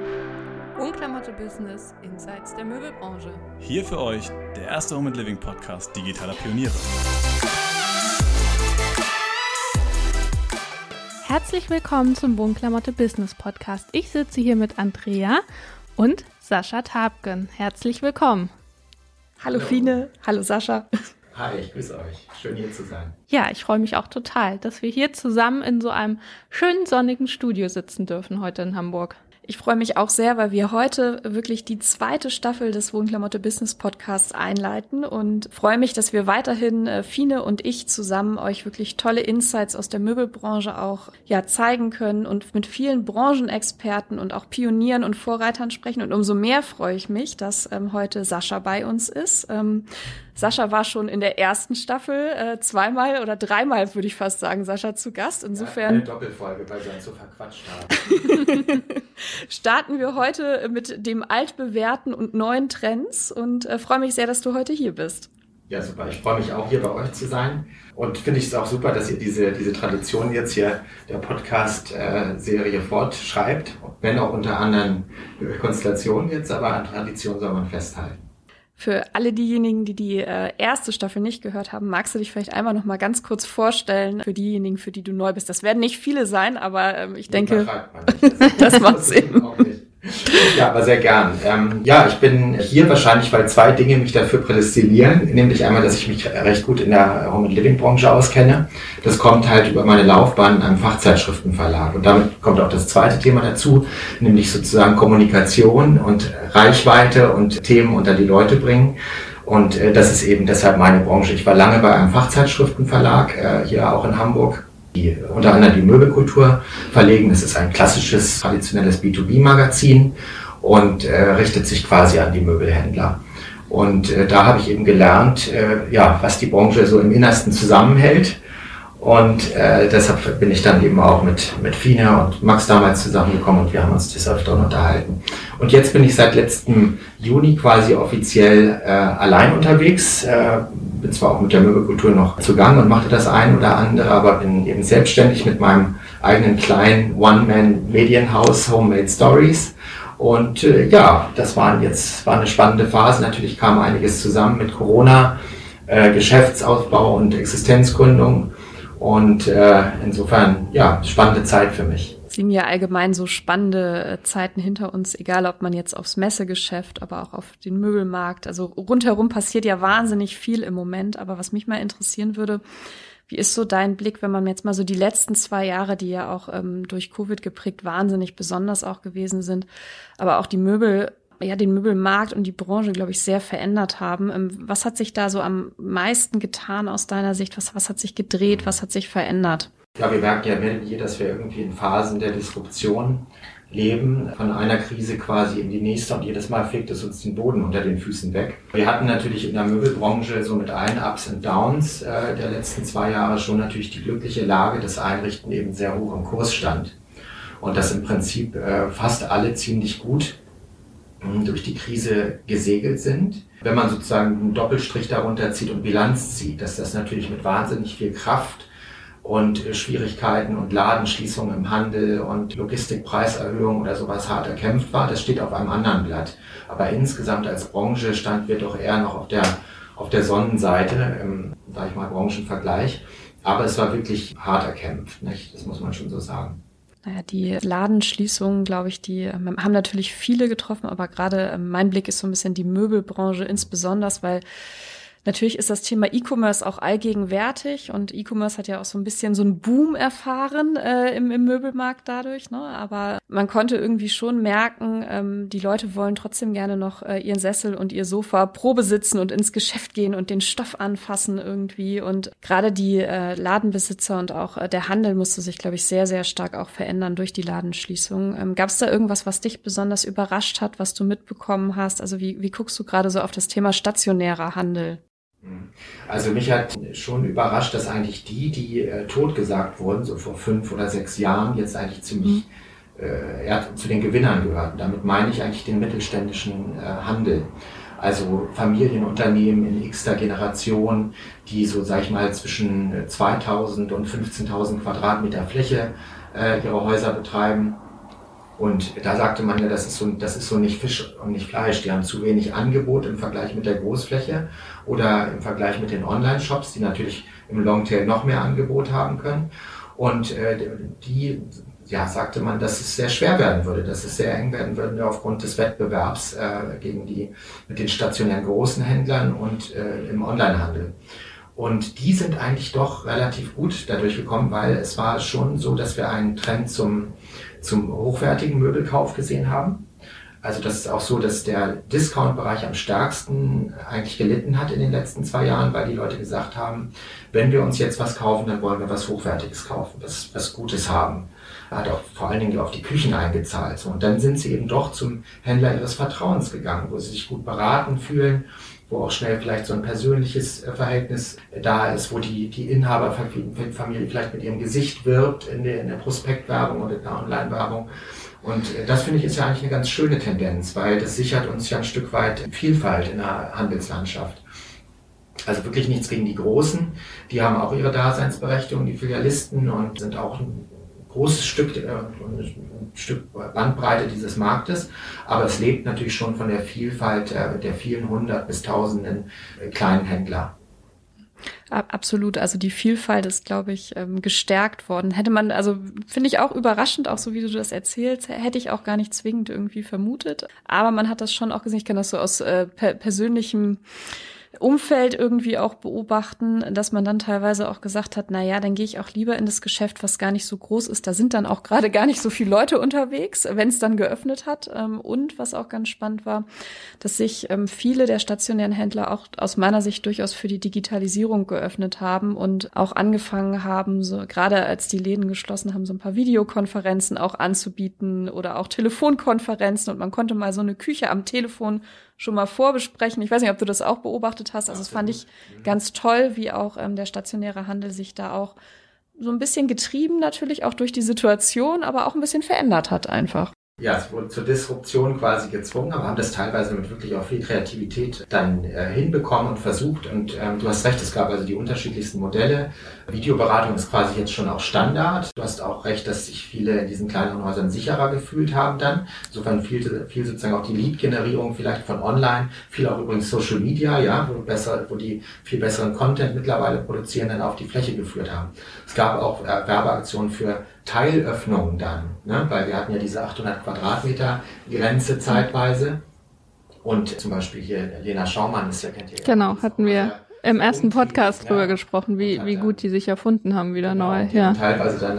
Unklamotte Business Insights der Möbelbranche. Hier für euch der erste Home & Living Podcast digitaler Pioniere. Herzlich willkommen zum Unklamotte Business Podcast. Ich sitze hier mit Andrea und Sascha Tabgen. Herzlich willkommen. Hallo Fine, hallo Sascha. Hi, ich grüße euch. Schön hier zu sein. Ja, ich freue mich auch total, dass wir hier zusammen in so einem schönen sonnigen Studio sitzen dürfen heute in Hamburg. Ich freue mich auch sehr, weil wir heute wirklich die zweite Staffel des Wohnklamotte Business Podcasts einleiten und freue mich, dass wir weiterhin, Fine und ich zusammen, euch wirklich tolle Insights aus der Möbelbranche auch zeigen können und mit vielen Branchenexperten und auch Pionieren und Vorreitern sprechen. Und umso mehr freue ich mich, dass heute Sascha bei uns ist. Sascha war schon in der ersten Staffel zweimal oder dreimal, würde ich fast sagen, Sascha zu Gast. Insofern eine Doppelfolge, weil wir uns so verquatscht haben. Starten wir heute mit dem altbewährten und neuen Trends und freue mich sehr, dass du heute hier bist. Ja, super. Ich freue mich auch, hier bei euch zu sein und finde ich es auch super, dass ihr diese Tradition jetzt hier der Podcast-Serie fortschreibt, wenn auch unter anderen Konstellationen jetzt, aber an Tradition soll man festhalten. Für alle diejenigen, die die erste Staffel nicht gehört haben, magst du dich vielleicht einmal noch mal ganz kurz vorstellen für diejenigen, für die du neu bist. Das werden nicht viele sein, aber ich denke, das macht Sinn. Ja, aber sehr gern. Ich bin hier wahrscheinlich, weil zwei Dinge mich dafür prädestinieren. Nämlich einmal, dass ich mich recht gut in der Home & Living Branche auskenne. Das kommt halt über meine Laufbahn in einem Fachzeitschriftenverlag. Und damit kommt auch das zweite Thema dazu, nämlich sozusagen Kommunikation und Reichweite und Themen unter die Leute bringen. Und das ist eben deshalb meine Branche. Ich war lange bei einem Fachzeitschriftenverlag, hier auch in Hamburg, die unter anderem die Möbelkultur verlegen. Das ist ein klassisches, traditionelles B2B-Magazin und richtet sich quasi an die Möbelhändler. Und da habe ich eben gelernt, was die Branche so im Innersten zusammenhält. Und deshalb bin ich dann eben auch mit Fine und Max damals zusammengekommen und wir haben uns des Öfteren unterhalten. Und jetzt bin ich seit letztem Juni quasi offiziell allein unterwegs. Bin zwar auch mit der Möbelkultur noch zugange und machte das ein oder andere, aber bin eben selbstständig mit meinem eigenen kleinen One-Man-Medienhaus Homemade Stories. Und das war eine spannende Phase. Natürlich kam einiges zusammen mit Corona, Geschäftsausbau und Existenzgründung. Und insofern, spannende Zeit für mich. Es liegen ja allgemein so spannende Zeiten hinter uns, egal ob man jetzt aufs Messegeschäft, aber auch auf den Möbelmarkt. Also rundherum passiert ja wahnsinnig viel im Moment. Aber was mich mal interessieren würde, wie ist so dein Blick, wenn man jetzt mal so die letzten 2 Jahre, die ja auch durch Covid geprägt wahnsinnig besonders auch gewesen sind, aber auch den Möbelmarkt und die Branche, glaube ich, sehr verändert haben. Was hat sich da so am meisten getan aus deiner Sicht? Was hat sich gedreht? Was hat sich verändert? Ja, wir merken ja mehr denn je, dass wir irgendwie in Phasen der Disruption leben, von einer Krise quasi in die nächste und jedes Mal fegt es uns den Boden unter den Füßen weg. Wir hatten natürlich in der Möbelbranche so mit allen Ups und Downs der letzten 2 Jahre schon natürlich die glückliche Lage, dass Einrichten eben sehr hoch im Kurs stand und dass im Prinzip fast alle ziemlich gut durch die Krise gesegelt sind. Wenn man sozusagen einen Doppelstrich darunter zieht und Bilanz zieht, dass das natürlich mit wahnsinnig viel Kraft und Schwierigkeiten und Ladenschließungen im Handel und Logistikpreiserhöhungen oder sowas hart erkämpft war, das steht auf einem anderen Blatt. Aber insgesamt als Branche standen wir doch eher noch auf der Sonnenseite im, Branchenvergleich. Aber es war wirklich hart erkämpft, nicht? Das muss man schon so sagen. Naja, die Ladenschließungen, glaube ich, die haben natürlich viele getroffen, aber gerade mein Blick ist so ein bisschen die Möbelbranche insbesondere, weil natürlich ist das Thema E-Commerce auch allgegenwärtig und E-Commerce hat ja auch so ein bisschen so einen Boom erfahren im Möbelmarkt dadurch, ne? Aber man konnte irgendwie schon merken, die Leute wollen trotzdem gerne noch ihren Sessel und ihr Sofa Probe sitzen und ins Geschäft gehen und den Stoff anfassen irgendwie. Und gerade die Ladenbesitzer und auch der Handel musste sich, glaube ich, sehr, sehr stark auch verändern durch die Ladenschließung. Gab es da irgendwas, was dich besonders überrascht hat, was du mitbekommen hast? Also wie guckst du gerade so auf das Thema stationärer Handel? Also mich hat schon überrascht, dass eigentlich die totgesagt wurden, so vor 5 oder 6 Jahren, jetzt eigentlich ziemlich zu den Gewinnern gehörten. Damit meine ich eigentlich den mittelständischen Handel. Also Familienunternehmen in x-ter Generation, die so, sag ich mal, zwischen 2000 und 15.000 Quadratmeter Fläche ihre Häuser betreiben. Und da sagte man ja, das ist so nicht Fisch und nicht Fleisch. Die haben zu wenig Angebot im Vergleich mit der Großfläche oder im Vergleich mit den Online-Shops, die natürlich im Longtail noch mehr Angebot haben können. Und sagte man, dass es sehr schwer werden würde, dass es sehr eng werden würde aufgrund des Wettbewerbs mit den stationären großen Händlern und im Onlinehandel. Und die sind eigentlich doch relativ gut dadurch gekommen, weil es war schon so, dass wir einen Trend zum hochwertigen Möbelkauf gesehen haben. Also das ist auch so, dass der Discount-Bereich am stärksten eigentlich gelitten hat in den letzten 2 Jahren, weil die Leute gesagt haben, wenn wir uns jetzt was kaufen, dann wollen wir was Hochwertiges kaufen, was Gutes haben. Hat auch vor allen Dingen auf die Küchen eingezahlt. So. Und dann sind sie eben doch zum Händler ihres Vertrauens gegangen, wo sie sich gut beraten fühlen, wo auch schnell vielleicht so ein persönliches Verhältnis da ist, wo die Inhaberfamilie vielleicht mit ihrem Gesicht wirbt in der Prospektwerbung oder in der Online-Werbung. Und das finde ich ist ja eigentlich eine ganz schöne Tendenz, weil das sichert uns ja ein Stück weit Vielfalt in der Handelslandschaft. Also wirklich nichts gegen die Großen. Die haben auch ihre Daseinsberechtigung, die Filialisten, und sind auch ein großes Stück Bandbreite dieses Marktes, aber es lebt natürlich schon von der Vielfalt der vielen hundert bis tausenden kleinen Händler. Absolut, also die Vielfalt ist, glaube ich, gestärkt worden. Hätte man, also finde ich auch überraschend, auch so wie du das erzählst, hätte ich auch gar nicht zwingend irgendwie vermutet. Aber man hat das schon auch gesehen, ich kann das so aus persönlichem Umfeld irgendwie auch beobachten, dass man dann teilweise auch gesagt hat, na ja, dann gehe ich auch lieber in das Geschäft, was gar nicht so groß ist. Da sind dann auch gerade gar nicht so viele Leute unterwegs, wenn es dann geöffnet hat. Und was auch ganz spannend war, dass sich viele der stationären Händler auch aus meiner Sicht durchaus für die Digitalisierung geöffnet haben und auch angefangen haben, so gerade als die Läden geschlossen haben, so ein paar Videokonferenzen auch anzubieten oder auch Telefonkonferenzen, und man konnte mal so eine Küche am Telefon schon mal vorbesprechen. Ich weiß nicht, ob du das auch beobachtet hast. Also das fand ich ganz toll, wie auch der stationäre Handel sich da auch so ein bisschen getrieben natürlich auch durch die Situation, aber auch ein bisschen verändert hat einfach. Ja, es wurde zur Disruption quasi gezwungen, aber haben das teilweise mit wirklich auch viel Kreativität dann hinbekommen und versucht. Und du hast recht, es gab also die unterschiedlichsten Modelle. Videoberatung ist quasi jetzt schon auch Standard. Du hast auch recht, dass sich viele in diesen kleineren Häusern sicherer gefühlt haben dann. Insofern viel sozusagen auch die Lead-Generierung vielleicht von online, viel auch übrigens Social Media, ja, wo die viel besseren Content mittlerweile produzieren, dann auf die Fläche geführt haben. Es gab auch Werbeaktionen für Teilöffnungen dann, ne? Weil wir hatten ja diese 800 Quadratmeter Grenze zeitweise, und zum Beispiel hier Lena Schaumann ist ja, kennt ihr ja. Genau, hatten wir im ersten Podcast drüber gesprochen, wie gut die sich erfunden haben, wieder neu. Die haben teilweise dann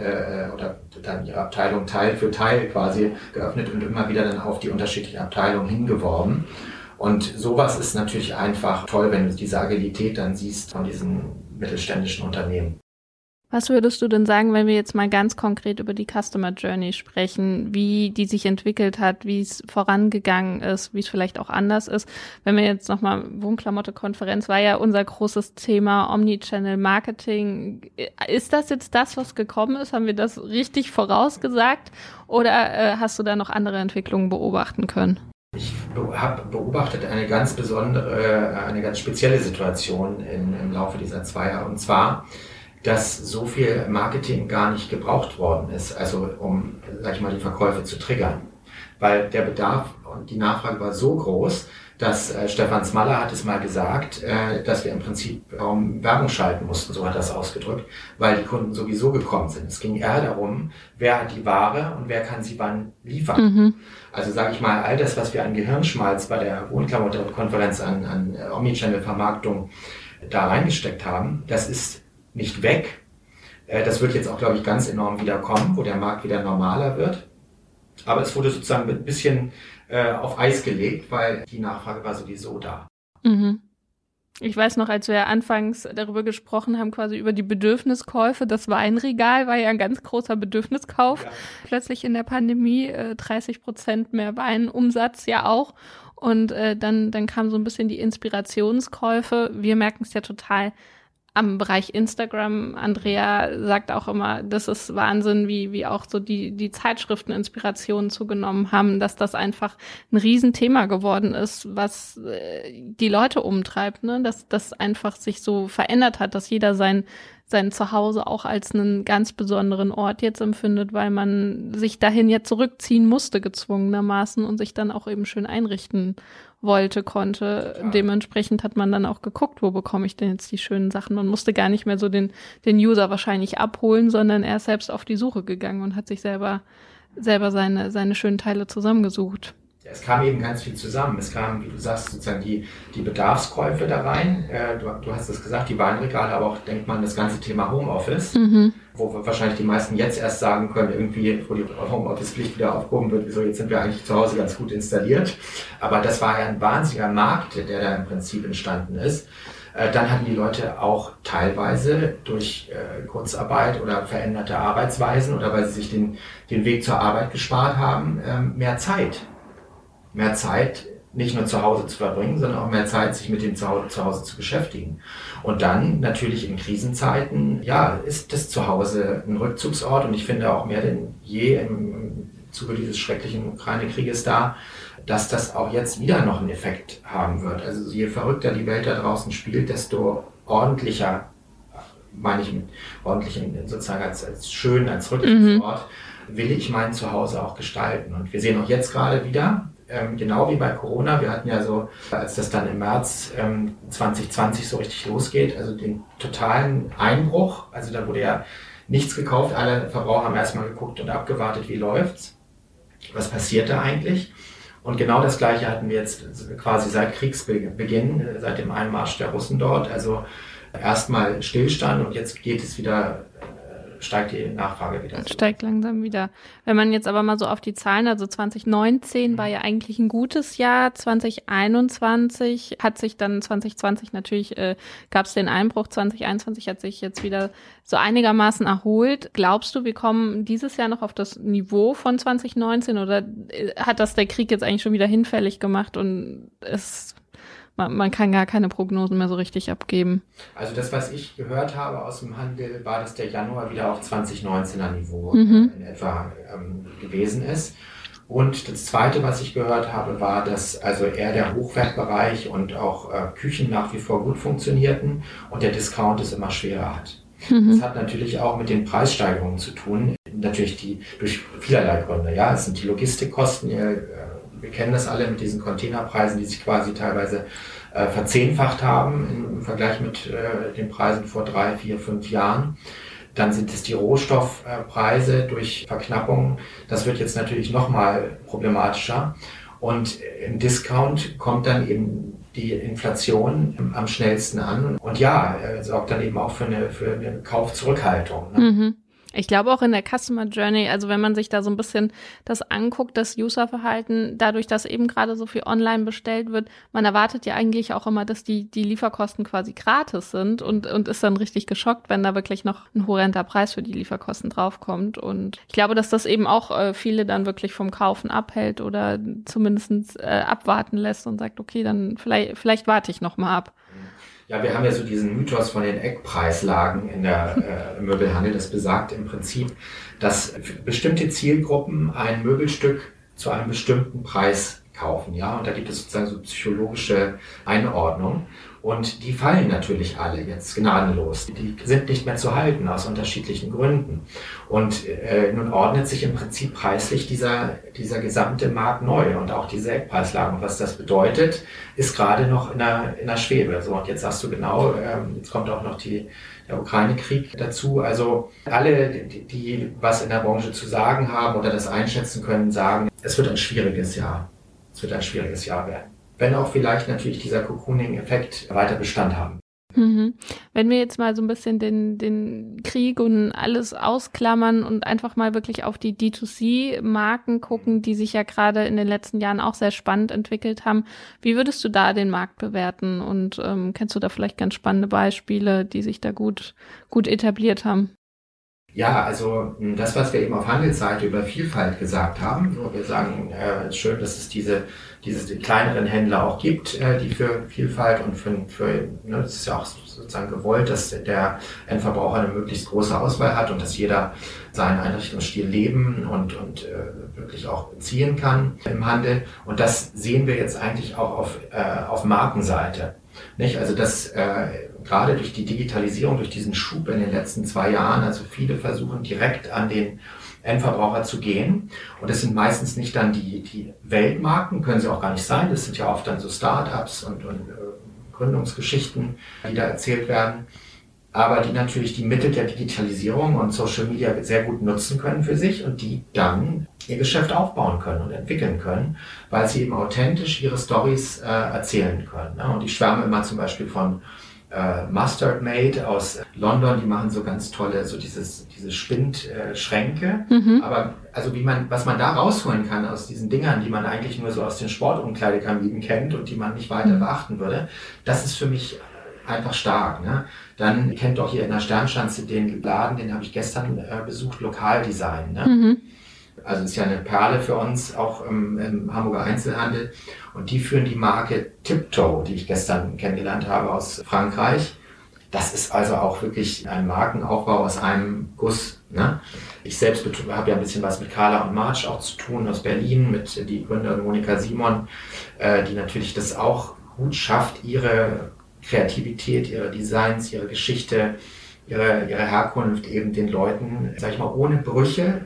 oder dann ihre Abteilung Teil für Teil quasi geöffnet und immer wieder dann auf die unterschiedlichen Abteilungen hingeworben. Und sowas ist natürlich einfach toll, wenn du diese Agilität dann siehst von diesen mittelständischen Unternehmen. Was würdest du denn sagen, wenn wir jetzt mal ganz konkret über die Customer Journey sprechen, wie die sich entwickelt hat, wie es vorangegangen ist, wie es vielleicht auch anders ist? Wenn wir jetzt nochmal, Wohnklamotte-Konferenz war ja unser großes Thema, Omnichannel Marketing. Ist das jetzt das, was gekommen ist? Haben wir das richtig vorausgesagt? Oder hast du da noch andere Entwicklungen beobachten können? Ich habe beobachtet eine ganz besondere, eine ganz spezielle Situation im Laufe dieser 2 Jahre, und zwar, dass so viel Marketing gar nicht gebraucht worden ist, also um, sag ich mal, die Verkäufe zu triggern. Weil der Bedarf und die Nachfrage war so groß, dass Stefan Smaller hat es mal gesagt, dass wir im Prinzip Werbung schalten mussten, so hat er es ausgedrückt, weil die Kunden sowieso gekommen sind. Es ging eher darum, wer hat die Ware und wer kann sie wann liefern. Mhm. Also sage ich mal, all das, was wir an Gehirnschmalz bei der Wohnklamotte-Konferenz an Omnichannel-Vermarktung da reingesteckt haben, das ist nicht weg. Das wird jetzt auch, glaube ich, ganz enorm wieder kommen, wo der Markt wieder normaler wird. Aber es wurde sozusagen ein bisschen auf Eis gelegt, weil die Nachfrage war sowieso da. Mhm. Ich weiß noch, als wir anfangs darüber gesprochen haben, quasi über die Bedürfniskäufe, das Weinregal war ja ein ganz großer Bedürfniskauf. Ja. Plötzlich in der Pandemie 30% mehr Weinumsatz ja auch. Und dann kam so ein bisschen die Inspirationskäufe. Wir merken es ja total am Bereich Instagram. Andrea sagt auch immer, das ist Wahnsinn, wie auch so die Zeitschriften Inspirationen zugenommen haben, dass das einfach ein Riesenthema geworden ist, was die Leute umtreibt, ne? Dass das einfach sich so verändert hat, dass jeder sein Zuhause auch als einen ganz besonderen Ort jetzt empfindet, weil man sich dahin jetzt zurückziehen musste, gezwungenermaßen, und sich dann auch eben schön einrichten konnte. Ja. Dementsprechend hat man dann auch geguckt, wo bekomme ich denn jetzt die schönen Sachen. Man musste gar nicht mehr so den User wahrscheinlich abholen, sondern er ist selbst auf die Suche gegangen und hat sich selber seine schönen Teile zusammengesucht. Es kam eben ganz viel zusammen. Es kam, wie du sagst, sozusagen die Bedarfskäufe da rein. Du hast es gesagt, die Weinregale, aber auch, denkt man, das ganze Thema Homeoffice, wo wahrscheinlich die meisten jetzt erst sagen können, irgendwie, wo die Homeoffice-Pflicht wieder aufgehoben wird, wieso, jetzt sind wir eigentlich zu Hause ganz gut installiert. Aber das war ja ein wahnsinniger Markt, der da im Prinzip entstanden ist. Dann hatten die Leute auch teilweise durch Kurzarbeit oder veränderte Arbeitsweisen oder weil sie sich den Weg zur Arbeit gespart haben, mehr Zeit, nicht nur zu Hause zu verbringen, sondern auch mehr Zeit, sich mit dem Zuhause zu beschäftigen. Und dann natürlich in Krisenzeiten, ja, ist das Zuhause ein Rückzugsort und ich finde auch mehr denn je im Zuge dieses schrecklichen Ukraine-Krieges da, dass das auch jetzt wieder noch einen Effekt haben wird. Also je verrückter die Welt da draußen spielt, desto ordentlicher, meine ich mit ordentlich sozusagen als schön, als Rückzugsort, will ich mein Zuhause auch gestalten. Und wir sehen auch jetzt gerade wieder, genau wie bei Corona, wir hatten ja so, als das dann im März 2020 so richtig losgeht, also den totalen Einbruch, also da wurde ja nichts gekauft, alle Verbraucher haben erstmal geguckt und abgewartet, wie läuft's, was passiert da eigentlich. Und genau das Gleiche hatten wir jetzt quasi seit Kriegsbeginn, seit dem Einmarsch der Russen dort, also erstmal Stillstand und jetzt geht es wieder, steigt die Nachfrage wieder. Steigt langsam wieder. Wenn man jetzt aber mal so auf die Zahlen, also 2019 war ja eigentlich ein gutes Jahr, 2021 hat sich dann 2020 natürlich, gab es den Einbruch, 2021 hat sich jetzt wieder so einigermaßen erholt. Glaubst du, wir kommen dieses Jahr noch auf das Niveau von 2019 oder hat das der Krieg jetzt eigentlich schon wieder hinfällig gemacht und man kann gar keine Prognosen mehr so richtig abgeben? Also das, was ich gehört habe aus dem Handel, war, dass der Januar wieder auf 2019er Niveau in etwa gewesen ist. Und das Zweite, was ich gehört habe, war, dass also eher der Hochwertbereich und auch Küchen nach wie vor gut funktionierten und der Discount es immer schwerer hat. Das hat natürlich auch mit den Preissteigerungen zu tun, natürlich durch vielerlei Gründe. Ja, es sind die Logistikkosten, wir kennen das alle mit diesen Containerpreisen, die sich quasi teilweise verzehnfacht haben im Vergleich mit den Preisen vor 3, 4, 5 Jahren. Dann sind es die Rohstoffpreise durch Verknappung. Das wird jetzt natürlich nochmal problematischer. Und im Discount kommt dann eben die Inflation am schnellsten an. Und ja, sorgt dann eben auch für eine Kaufzurückhaltung. Ne? Ich glaube auch in der Customer Journey, also wenn man sich da so ein bisschen das anguckt, das Userverhalten, dadurch, dass eben gerade so viel online bestellt wird, man erwartet ja eigentlich auch immer, dass die Lieferkosten quasi gratis sind und ist dann richtig geschockt, wenn da wirklich noch ein horrender Preis für die Lieferkosten draufkommt. Und ich glaube, dass das eben auch viele dann wirklich vom Kaufen abhält oder zumindest abwarten lässt und sagt, okay, dann vielleicht warte ich noch mal ab. Ja, wir haben ja so diesen Mythos von den Eckpreislagen im Möbelhandel. Das besagt im Prinzip, dass bestimmte Zielgruppen ein Möbelstück zu einem bestimmten Preis kaufen. Ja, und da gibt es sozusagen so psychologische Einordnung. Und die fallen natürlich alle jetzt gnadenlos. Die sind nicht mehr zu halten aus unterschiedlichen Gründen. Und nun ordnet sich im Prinzip preislich dieser gesamte Markt neu und auch diese Eckpreislagen. Und was das bedeutet, ist gerade noch in der Schwebe. So, und jetzt sagst du genau, jetzt kommt auch noch der Ukraine-Krieg dazu. Also alle, die was in der Branche zu sagen haben oder das einschätzen können, sagen, es wird ein schwieriges Jahr. Es wird ein schwieriges Jahr werden. Wenn auch vielleicht natürlich dieser Cocooning-Effekt weiter Bestand haben. Wenn wir jetzt mal so ein bisschen den Krieg und alles ausklammern und einfach mal wirklich auf die D2C-Marken gucken, die sich ja gerade in den letzten Jahren auch sehr spannend entwickelt haben, wie würdest du da den Markt bewerten? Und kennst du da vielleicht ganz spannende Beispiele, die sich da gut etabliert haben? Ja, also das, was wir eben auf Handelsseite über Vielfalt gesagt haben, wo wir sagen, es ist schön, dass es diese kleineren Händler auch gibt, die für Vielfalt und für das ist ja auch sozusagen gewollt, dass der Endverbraucher eine möglichst große Auswahl hat und dass jeder seinen Einrichtungsstil leben und wirklich auch beziehen kann im Handel. Und das sehen wir jetzt eigentlich auch auf Markenseite. Nicht? Also das gerade durch die Digitalisierung, durch diesen Schub in den letzten 2 Jahren, also viele versuchen direkt an den Endverbraucher zu gehen. Und das sind meistens nicht dann die Weltmarken, können sie auch gar nicht sein. Das sind ja oft dann so Start-ups und Gründungsgeschichten, die da erzählt werden. Aber die natürlich die Mittel der Digitalisierung und Social Media sehr gut nutzen können für sich und die dann ihr Geschäft aufbauen können und entwickeln können, weil sie eben authentisch ihre Storys erzählen können. Ne? Und ich schwärme immer zum Beispiel von Mustard Made aus London, die machen so ganz tolle, so diese Spindschränke. Aber also was man da rausholen kann aus diesen Dingern, die man eigentlich nur so aus den Sportumkleidekabinen kennt und die man nicht weiter beachten würde, das ist für mich einfach stark. Ne? Dann, ihr kennt doch hier in der Sternschanze den Laden, den habe ich gestern besucht, Lokaldesign. Ne? Also ist ja eine Perle für uns, auch im Hamburger Einzelhandel. Und die führen die Marke Tiptoe, die ich gestern kennengelernt habe aus Frankreich. Das ist also auch wirklich ein Markenaufbau aus einem Guss. Ne? Ich selbst habe ja ein bisschen was mit Carla und March auch zu tun aus Berlin, mit die Gründerin Monika Simon, die natürlich das auch gut schafft, ihre Kreativität, ihre Designs, ihre Geschichte, ihre Herkunft eben den Leuten, sag ich mal, ohne Brüche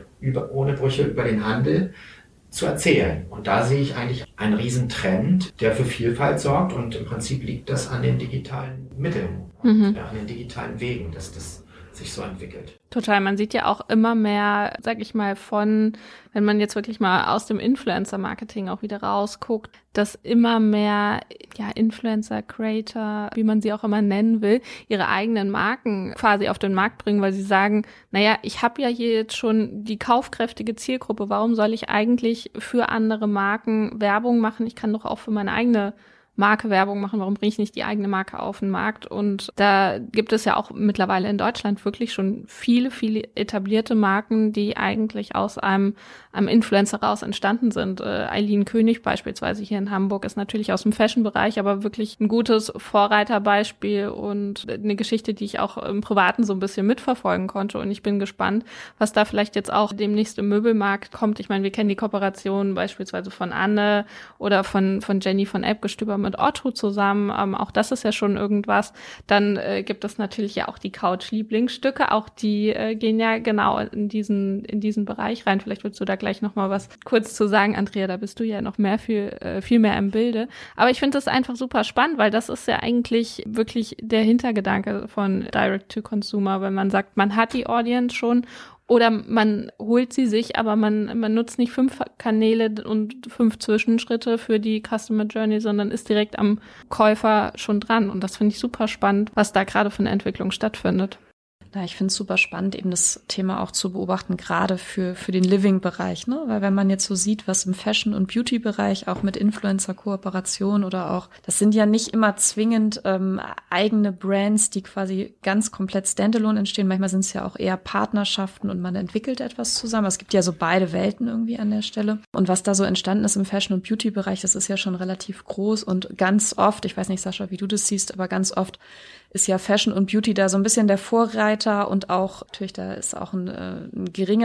über den Handel zu erzählen. Und da sehe ich eigentlich einen Riesentrend, der für Vielfalt sorgt und im Prinzip liegt das an den digitalen Mitteln, an den digitalen Wegen, dass das sich so entwickelt. Total, man sieht ja auch immer mehr, sag ich mal, wenn man jetzt wirklich mal aus dem Influencer-Marketing auch wieder rausguckt, dass immer mehr Influencer, Creator, wie man sie auch immer nennen will, ihre eigenen Marken quasi auf den Markt bringen, weil sie sagen, naja, ich habe ja hier jetzt schon die kaufkräftige Zielgruppe, warum soll ich eigentlich für andere Marken Werbung machen? Ich kann doch auch für meine eigene Marke Werbung machen, warum bringe ich nicht die eigene Marke auf den Markt? Und da gibt es ja auch mittlerweile in Deutschland wirklich schon viele, viele etablierte Marken, die eigentlich aus einem Influencer raus entstanden sind. Eileen König beispielsweise hier in Hamburg ist natürlich aus dem Fashion-Bereich, aber wirklich ein gutes Vorreiterbeispiel und eine Geschichte, die ich auch im Privaten so ein bisschen mitverfolgen konnte. Und ich bin gespannt, was da vielleicht jetzt auch demnächst im Möbelmarkt kommt. Ich meine, wir kennen die Kooperation beispielsweise von Anne oder von Jenny von Elbgestöber mit Otto zusammen. Auch das ist ja schon irgendwas. Dann gibt es natürlich ja auch die Couch-Lieblingsstücke. Auch die gehen ja genau in diesen Bereich rein. Vielleicht willst du da gleich noch mal was kurz zu sagen, Andrea. Da bist du ja noch viel mehr im Bilde. Aber ich finde das einfach super spannend, weil das ist ja eigentlich wirklich der Hintergedanke von Direct-to-Consumer, wenn man sagt, man hat die Audience schon oder man holt sie sich, aber man nutzt nicht 5 Kanäle und 5 Zwischenschritte für die Customer Journey, sondern ist direkt am Käufer schon dran. Und das finde ich super spannend, was da gerade für eine Entwicklung stattfindet. Ja, ich finde es super spannend, eben das Thema auch zu beobachten, gerade für den Living-Bereich, ne? Weil wenn man jetzt so sieht, was im Fashion- und Beauty-Bereich auch mit Influencer-Kooperation oder auch, das sind ja nicht immer zwingend eigene Brands, die quasi ganz komplett standalone entstehen. Manchmal sind es ja auch eher Partnerschaften und man entwickelt etwas zusammen. Es gibt ja so beide Welten irgendwie an der Stelle. Und was da so entstanden ist im Fashion- und Beauty-Bereich, das ist ja schon relativ groß und ganz oft, ich weiß nicht, Sascha, wie du das siehst, aber ganz oft ist ja Fashion und Beauty da so ein bisschen der Vorreiter und auch, natürlich, da ist auch ein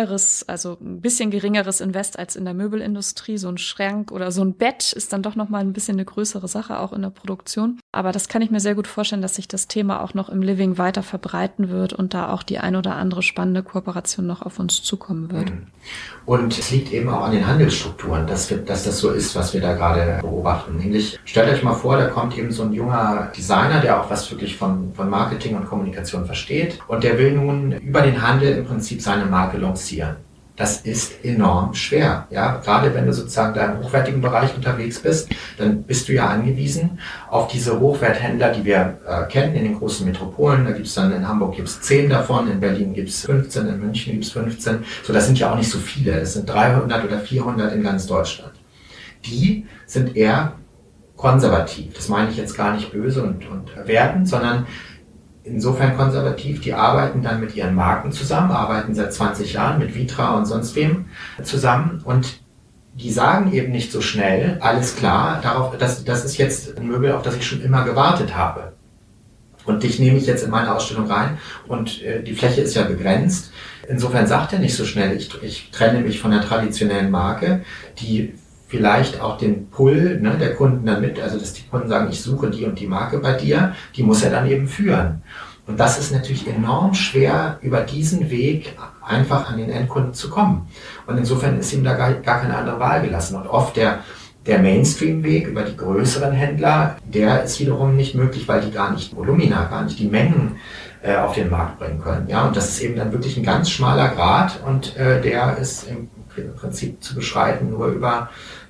bisschen geringeres Invest als in der Möbelindustrie. So ein Schrank oder so ein Bett ist dann doch nochmal ein bisschen eine größere Sache, auch in der Produktion. Aber das kann ich mir sehr gut vorstellen, dass sich das Thema auch noch im Living weiter verbreiten wird und da auch die ein oder andere spannende Kooperation noch auf uns zukommen wird. Und es liegt eben auch an den Handelsstrukturen, dass das so ist, was wir da gerade beobachten. Nämlich, stellt euch mal vor, da kommt eben so ein junger Designer, der auch was wirklich von Marketing und Kommunikation versteht und der will nun über den Handel im Prinzip seine Marke lancieren. Das ist enorm schwer. Ja? Gerade wenn du sozusagen da im hochwertigen Bereich unterwegs bist, dann bist du ja angewiesen auf diese Hochwerthändler, die wir kennen in den großen Metropolen. Da gibt's dann in Hamburg 10 davon, in Berlin gibt's 15, in München gibt's 15. So, das sind ja auch nicht so viele. Das sind 300 oder 400 in ganz Deutschland. Die sind eher konservativ. Das meine ich jetzt gar nicht böse und wertend, sondern insofern konservativ, die arbeiten dann mit ihren Marken zusammen, arbeiten seit 20 Jahren mit Vitra und sonst wem zusammen und die sagen eben nicht so schnell, alles klar, das ist jetzt ein Möbel, auf das ich schon immer gewartet habe. Und dich nehme ich jetzt in meine Ausstellung rein und die Fläche ist ja begrenzt. Insofern sagt er nicht so schnell, ich trenne mich von der traditionellen Marke, die vielleicht auch den Pull der Kunden dann mit, also dass die Kunden sagen, ich suche die und die Marke bei dir, die muss er dann eben führen. Und das ist natürlich enorm schwer, über diesen Weg einfach an den Endkunden zu kommen. Und insofern ist ihm da gar keine andere Wahl gelassen. Und oft der Mainstream-Weg über die größeren Händler, der ist wiederum nicht möglich, weil die gar nicht die Mengen auf den Markt bringen können. Ja, und das ist eben dann wirklich ein ganz schmaler Grat und der ist im Prinzip zu beschreiten nur über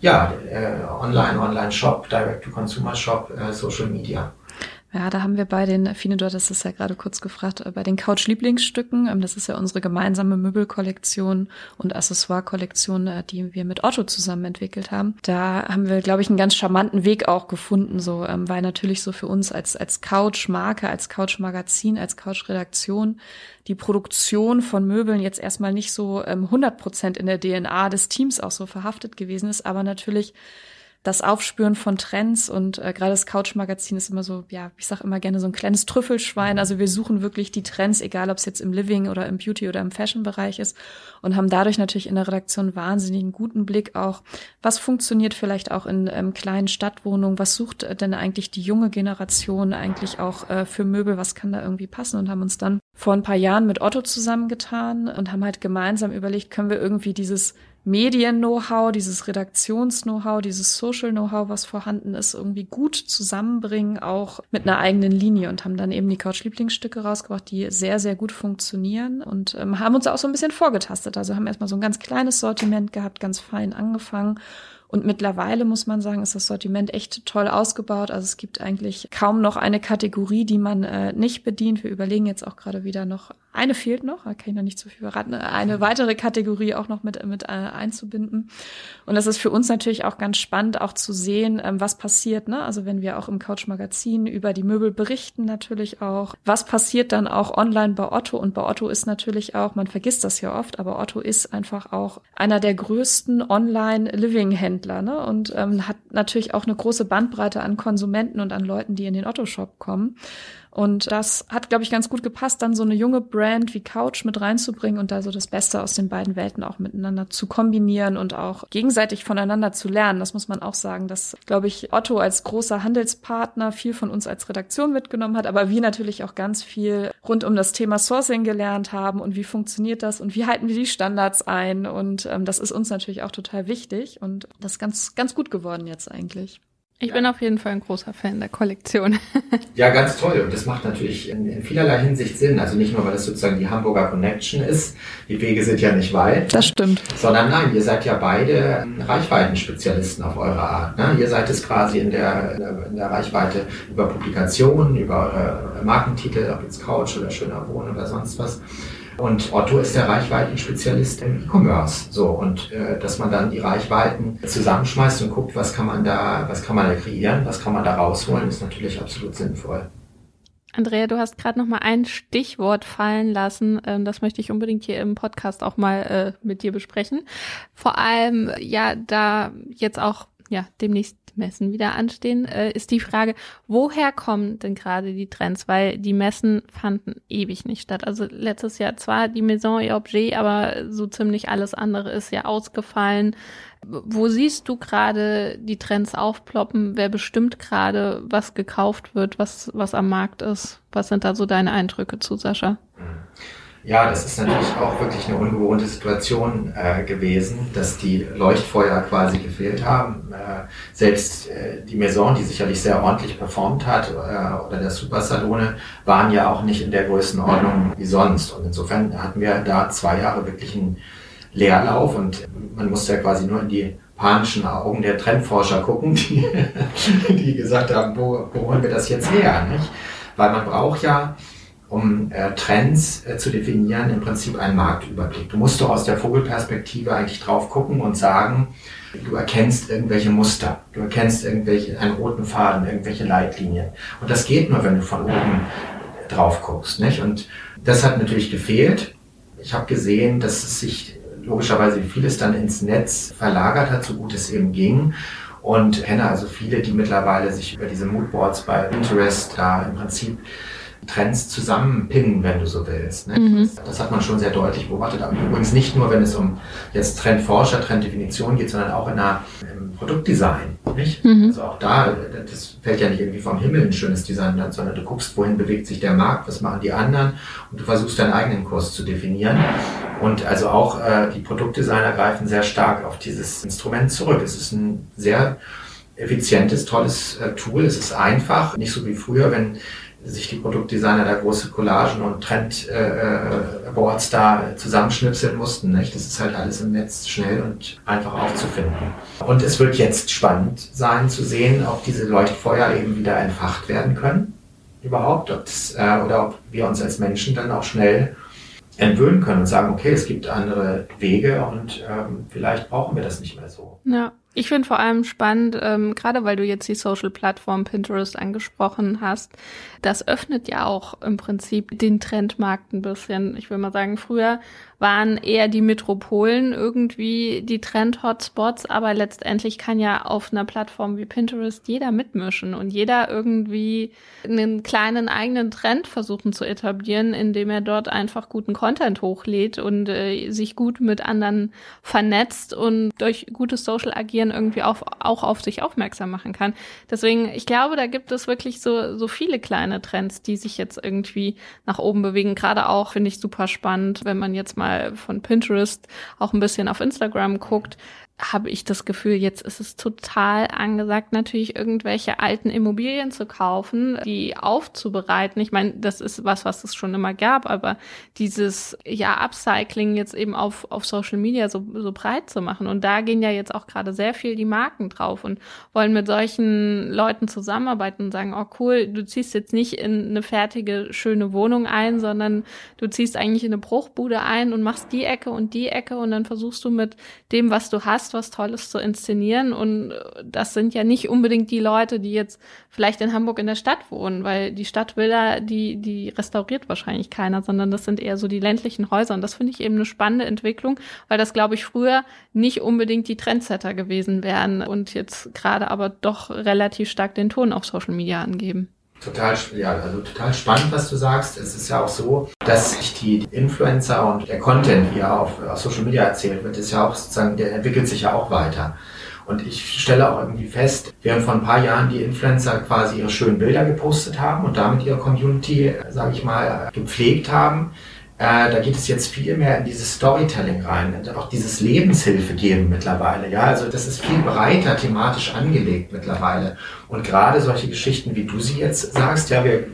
Online-Shop, Direct-to-Consumer-Shop, Social Media. Ja, da haben wir bei den, Fine, du hattest es ja gerade kurz gefragt, bei den Couch-Lieblingsstücken, das ist ja unsere gemeinsame Möbelkollektion und Accessoire-Kollektion, die wir mit Otto zusammen entwickelt haben. Da haben wir, glaube ich, einen ganz charmanten Weg auch gefunden, so, weil natürlich so für uns als Couch-Marke, als Couch-Magazin, als Couch-Redaktion die Produktion von Möbeln jetzt erstmal nicht so 100% in der DNA des Teams auch so verhaftet gewesen ist, aber natürlich das Aufspüren von Trends und gerade das Couch-Magazin ist immer so, ja, ich sage immer gerne so ein kleines Trüffelschwein. Also wir suchen wirklich die Trends, egal ob es jetzt im Living oder im Beauty oder im Fashion-Bereich ist und haben dadurch natürlich in der Redaktion wahnsinnig einen guten Blick auch, was funktioniert vielleicht auch in kleinen Stadtwohnungen, was sucht denn eigentlich die junge Generation eigentlich auch für Möbel, was kann da irgendwie passen und haben uns dann vor ein paar Jahren mit Otto zusammengetan und haben halt gemeinsam überlegt, können wir irgendwie dieses Medien-Know-how, dieses Redaktions-Know-how, dieses Social-Know-how, was vorhanden ist, irgendwie gut zusammenbringen, auch mit einer eigenen Linie und haben dann eben die Couch-Lieblingsstücke rausgebracht, die sehr, sehr gut funktionieren und haben uns auch so ein bisschen vorgetastet. Also haben erstmal so ein ganz kleines Sortiment gehabt, ganz fein angefangen. Und mittlerweile muss man sagen, ist das Sortiment echt toll ausgebaut. Also es gibt eigentlich kaum noch eine Kategorie, die man nicht bedient. Wir überlegen jetzt auch gerade wieder noch, eine fehlt noch, da kann ich noch nicht zu viel verraten, eine weitere Kategorie auch noch mit einzubinden. Und das ist für uns natürlich auch ganz spannend, auch zu sehen, was passiert, ne? Also wenn wir auch im Couch-Magazin über die Möbel berichten natürlich auch, was passiert dann auch online bei Otto. Und bei Otto ist natürlich auch, man vergisst das ja oft, aber Otto ist einfach auch einer der größten Online-Living-Händler, ne? Und hat natürlich auch eine große Bandbreite an Konsumenten und an Leuten, die in den Otto-Shop kommen. Und das hat, glaube ich, ganz gut gepasst, dann so eine junge Brand wie Couch mit reinzubringen und da so das Beste aus den beiden Welten auch miteinander zu kombinieren und auch gegenseitig voneinander zu lernen. Das muss man auch sagen, dass, glaube ich, Otto als großer Handelspartner viel von uns als Redaktion mitgenommen hat, aber wir natürlich auch ganz viel rund um das Thema Sourcing gelernt haben und wie funktioniert das und wie halten wir die Standards ein. Und das ist uns natürlich auch total wichtig und das ist ganz, ganz gut geworden jetzt eigentlich. Ich bin auf jeden Fall ein großer Fan der Kollektion. Ja, ganz toll. Und das macht natürlich in vielerlei Hinsicht Sinn. Also nicht nur, weil das sozusagen die Hamburger Connection ist. Die Wege sind ja nicht weit. Das stimmt. Sondern nein, ihr seid ja beide Reichweitenspezialisten auf eure Art. Ne? Ihr seid es quasi in der Reichweite über Publikationen, über eure Markentitel, ob jetzt Couch oder Schöner Wohnen oder sonst was. Und Otto ist der Reichweitenspezialist im E-Commerce. So, und dass man dann die Reichweiten zusammenschmeißt und guckt, was kann man da kreieren, was kann man da rausholen, ist natürlich absolut sinnvoll. Andrea, du hast gerade noch mal ein Stichwort fallen lassen. Das möchte ich unbedingt hier im Podcast auch mal mit dir besprechen. Vor allem, ja, da jetzt auch demnächst Messen wieder anstehen, ist die Frage, woher kommen denn gerade die Trends? Weil die Messen fanden ewig nicht statt. Also letztes Jahr zwar die Maison et Objet, aber so ziemlich alles andere ist ja ausgefallen. Wo siehst du gerade die Trends aufploppen? Wer bestimmt gerade, was gekauft wird, was am Markt ist? Was sind da so deine Eindrücke zu, Sascha? Ja, das ist natürlich auch wirklich eine ungewohnte Situation gewesen, dass die Leuchtfeuer quasi gefehlt haben. Selbst die Maison, die sicherlich sehr ordentlich performt hat, oder der Supersalone, waren ja auch nicht in der Größenordnung wie sonst. Und insofern hatten wir da 2 Jahre wirklich einen Leerlauf und man musste ja quasi nur in die panischen Augen der Trendforscher gucken, die gesagt haben, wo holen wir das jetzt her? Nicht? Weil man braucht ja, um Trends zu definieren, im Prinzip einen Marktüberblick. Du musst doch aus der Vogelperspektive eigentlich drauf gucken und sagen, du erkennst irgendwelche Muster, du erkennst einen roten Faden, irgendwelche Leitlinien. Und das geht nur, wenn du von oben drauf guckst, nicht? Und das hat natürlich gefehlt. Ich habe gesehen, dass es sich logischerweise vieles dann ins Netz verlagert hat, so gut es eben ging. Und kenne also viele, die mittlerweile sich über diese Moodboards bei Pinterest da im Prinzip Trends zusammenpinnen, wenn du so willst. Ne? Mhm. Das hat man schon sehr deutlich beobachtet. Aber übrigens nicht nur, wenn es um jetzt Trendforscher, Trenddefinition geht, sondern auch im Produktdesign. Nicht? Mhm. Also auch da, das fällt ja nicht irgendwie vom Himmel ein schönes Design, sondern du guckst, wohin bewegt sich der Markt, was machen die anderen und du versuchst deinen eigenen Kurs zu definieren. Und also auch die Produktdesigner greifen sehr stark auf dieses Instrument zurück. Es ist ein sehr effizientes, tolles Tool. Es ist einfach, nicht so wie früher, wenn sich die Produktdesigner da große Collagen und Trendboards da zusammenschnipseln mussten. Nicht? Das ist halt alles im Netz schnell und einfach aufzufinden. Und es wird jetzt spannend sein zu sehen, ob diese Leuchtfeuer eben wieder entfacht werden können überhaupt, oder ob wir uns als Menschen dann auch schnell entwöhnen können und sagen, okay, es gibt andere Wege und vielleicht brauchen wir das nicht mehr so. Ja. Ich finde vor allem spannend, gerade weil du jetzt die Social-Plattform Pinterest angesprochen hast, das öffnet ja auch im Prinzip den Trendmarkt ein bisschen. Ich will mal sagen, früher waren eher die Metropolen irgendwie die Trend-Hotspots, aber letztendlich kann ja auf einer Plattform wie Pinterest jeder mitmischen und jeder irgendwie einen kleinen eigenen Trend versuchen zu etablieren, indem er dort einfach guten Content hochlädt und sich gut mit anderen vernetzt und durch gutes Social-Agieren irgendwie auch auf sich aufmerksam machen kann. Deswegen, ich glaube, da gibt es wirklich so viele kleine Trends, die sich jetzt irgendwie nach oben bewegen. Gerade auch finde ich super spannend, wenn man jetzt mal von Pinterest auch ein bisschen auf Instagram guckt, habe ich das Gefühl, jetzt ist es total angesagt, natürlich irgendwelche alten Immobilien zu kaufen, die aufzubereiten. Ich meine, das ist was es schon immer gab, aber dieses Upcycling jetzt eben auf Social Media so breit zu machen. Und da gehen ja jetzt auch gerade sehr viel die Marken drauf und wollen mit solchen Leuten zusammenarbeiten und sagen, oh cool, du ziehst jetzt nicht in eine fertige, schöne Wohnung ein, sondern du ziehst eigentlich in eine Bruchbude ein und machst die Ecke und dann versuchst du mit dem, was du hast, was Tolles zu inszenieren. Und das sind ja nicht unbedingt die Leute, die jetzt vielleicht in Hamburg in der Stadt wohnen, weil die Stadtvilla, die restauriert wahrscheinlich keiner, sondern das sind eher so die ländlichen Häuser. Und das finde ich eben eine spannende Entwicklung, weil das, glaube ich, früher nicht unbedingt die Trendsetter gewesen wären und jetzt gerade aber doch relativ stark den Ton auf Social Media angeben. Total spannend, was du sagst. Es ist ja auch so, dass sich die Influencer und der Content, wie er auf Social Media erzählt wird, ist ja auch sozusagen, der entwickelt sich ja auch weiter. Und ich stelle auch irgendwie fest, während vor ein paar Jahren die Influencer quasi ihre schönen Bilder gepostet haben und damit ihre Community, sage ich mal, gepflegt haben, da geht es jetzt viel mehr in dieses Storytelling rein und auch dieses Lebenshilfe geben mittlerweile. Ja, also das ist viel breiter thematisch angelegt mittlerweile. Und gerade solche Geschichten, wie du sie jetzt sagst, ja, wir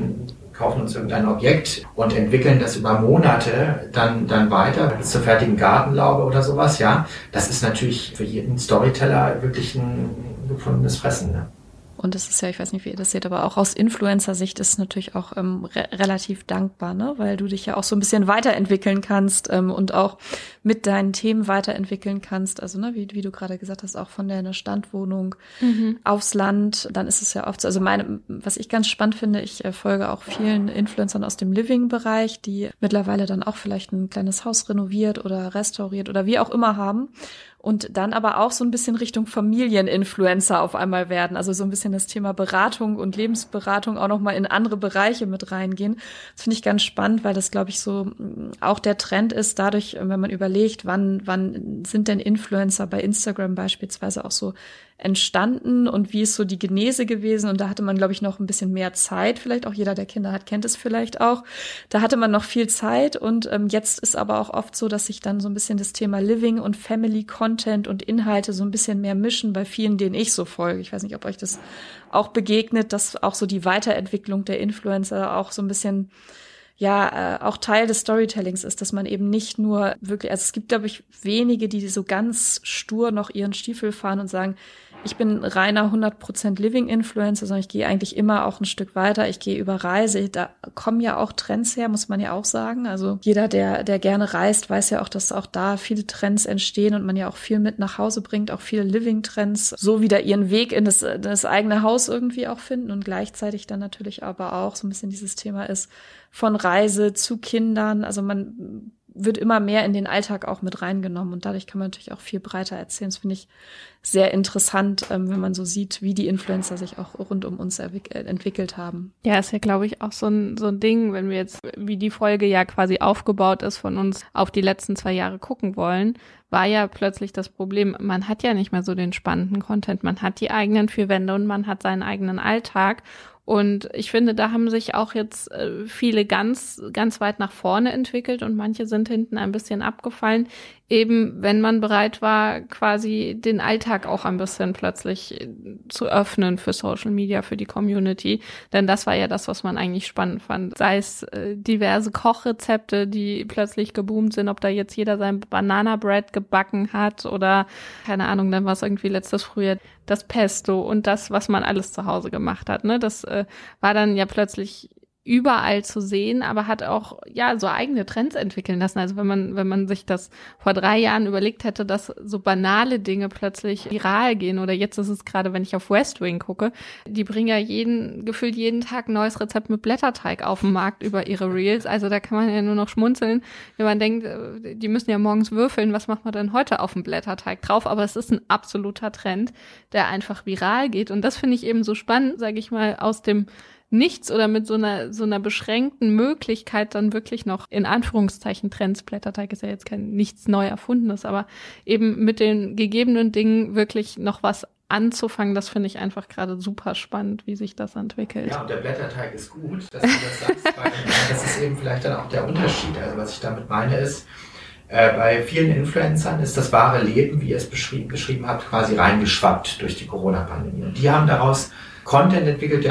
kaufen uns irgendein Objekt und entwickeln das über Monate dann weiter bis zur fertigen Gartenlaube oder sowas, ja. Das ist natürlich für jeden Storyteller wirklich ein gefundenes Fressen, ne? Und es ist ja, ich weiß nicht, wie ihr das seht, aber auch aus Influencer-Sicht ist es natürlich auch relativ dankbar, ne? Weil du dich ja auch so ein bisschen weiterentwickeln kannst und auch mit deinen Themen weiterentwickeln kannst. Also ne, wie du gerade gesagt hast, auch von deiner Standwohnung aufs Land. Dann ist es ja oft so, also was ich ganz spannend finde, ich folge auch vielen Influencern aus dem Living-Bereich, die mittlerweile dann auch vielleicht ein kleines Haus renoviert oder restauriert oder wie auch immer haben. Und dann aber auch so ein bisschen Richtung Familieninfluencer auf einmal werden. Also so ein bisschen das Thema Beratung und Lebensberatung auch nochmal in andere Bereiche mit reingehen. Das finde ich ganz spannend, weil das, glaube ich, so auch der Trend ist, dadurch, wenn man überlegt, wann sind denn Influencer bei Instagram beispielsweise auch so entstanden und wie ist so die Genese gewesen. Und da hatte man, glaube ich, noch ein bisschen mehr Zeit. Vielleicht auch jeder, der Kinder hat, kennt es vielleicht auch. Da hatte man noch viel Zeit und jetzt ist aber auch oft so, dass sich dann so ein bisschen das Thema Living und Family Content und Inhalte so ein bisschen mehr mischen bei vielen, denen ich so folge. Ich weiß nicht, ob euch das auch begegnet, dass auch so die Weiterentwicklung der Influencer auch so ein bisschen auch Teil des Storytellings ist, dass man eben nicht nur wirklich, also es gibt, glaube ich, wenige, die so ganz stur noch ihren Stiefel fahren und sagen, Ich bin reiner 100% Living-Influencer, sondern ich gehe eigentlich immer auch ein Stück weiter. Ich gehe über Reise. Da kommen ja auch Trends her, muss man ja auch sagen. Also jeder, der gerne reist, weiß ja auch, dass auch da viele Trends entstehen und man ja auch viel mit nach Hause bringt, auch viele Living-Trends, so wieder ihren Weg in das eigene Haus irgendwie auch finden und gleichzeitig dann natürlich aber auch so ein bisschen dieses Thema ist von Reise zu Kindern. Also man wird immer mehr in den Alltag auch mit reingenommen und dadurch kann man natürlich auch viel breiter erzählen. Das finde ich sehr interessant, wenn man so sieht, wie die Influencer sich auch rund um uns entwickelt haben. Ja, ist ja, glaube ich, auch so ein Ding, wenn wir jetzt, wie die Folge ja quasi aufgebaut ist, von uns auf die letzten 2 Jahre gucken wollen, war ja plötzlich das Problem, man hat ja nicht mehr so den spannenden Content, man hat die eigenen 4 Wände und man hat seinen eigenen Alltag. Und ich finde, da haben sich auch jetzt viele ganz, ganz weit nach vorne entwickelt und manche sind hinten ein bisschen abgefallen, eben wenn man bereit war, quasi den Alltag auch ein bisschen plötzlich zu öffnen für Social Media, für die Community. Denn das war ja das, was man eigentlich spannend fand. Sei es diverse Kochrezepte, die plötzlich geboomt sind, ob da jetzt jeder sein Banana Bread gebacken hat oder, keine Ahnung, dann war es irgendwie letztes Frühjahr das Pesto und das, was man alles zu Hause gemacht hat. Ne? Das war dann ja plötzlich überall zu sehen, aber hat auch ja so eigene Trends entwickeln lassen. Also wenn man sich das vor 3 Jahren überlegt hätte, dass so banale Dinge plötzlich viral gehen oder jetzt ist es gerade, wenn ich auf West Wing gucke, die bringen ja gefühlt jeden Tag ein neues Rezept mit Blätterteig auf den Markt über ihre Reels. Also da kann man ja nur noch schmunzeln, wenn man denkt, die müssen ja morgens würfeln, was macht man denn heute auf dem Blätterteig drauf? Aber es ist ein absoluter Trend, der einfach viral geht und das finde ich eben so spannend, sage ich mal, aus dem Nichts oder mit so einer beschränkten Möglichkeit dann wirklich noch in Anführungszeichen Trends, Blätterteig ist ja jetzt nichts neu Erfundenes, aber eben mit den gegebenen Dingen wirklich noch was anzufangen, das finde ich einfach gerade super spannend, wie sich das entwickelt. Ja, und der Blätterteig ist gut, dass du das sagst, weil das ist eben vielleicht dann auch der Unterschied. Also was ich damit meine ist, bei vielen Influencern ist das wahre Leben, wie ihr es beschrieben habt, quasi reingeschwappt durch die Corona-Pandemie. Und die haben daraus Content entwickelt,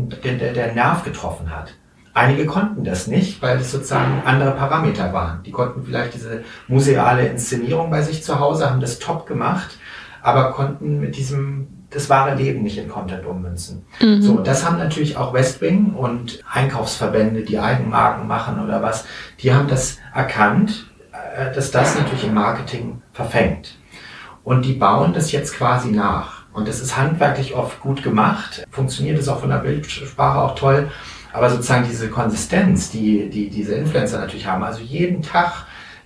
der Nerv getroffen hat. Einige konnten das nicht, weil es sozusagen andere Parameter waren. Die konnten vielleicht diese museale Inszenierung bei sich zu Hause, haben das top gemacht, aber konnten mit das wahre Leben nicht in Content ummünzen. Mhm. So, das haben natürlich auch West Wing und Einkaufsverbände, die Eigenmarken machen oder was, die haben das erkannt, dass das natürlich im Marketing verfängt. Und die bauen das jetzt quasi nach. Und das ist handwerklich oft gut gemacht, funktioniert es auch von der Bildsprache auch toll, aber sozusagen diese Konsistenz, die diese Influencer natürlich haben, also jeden Tag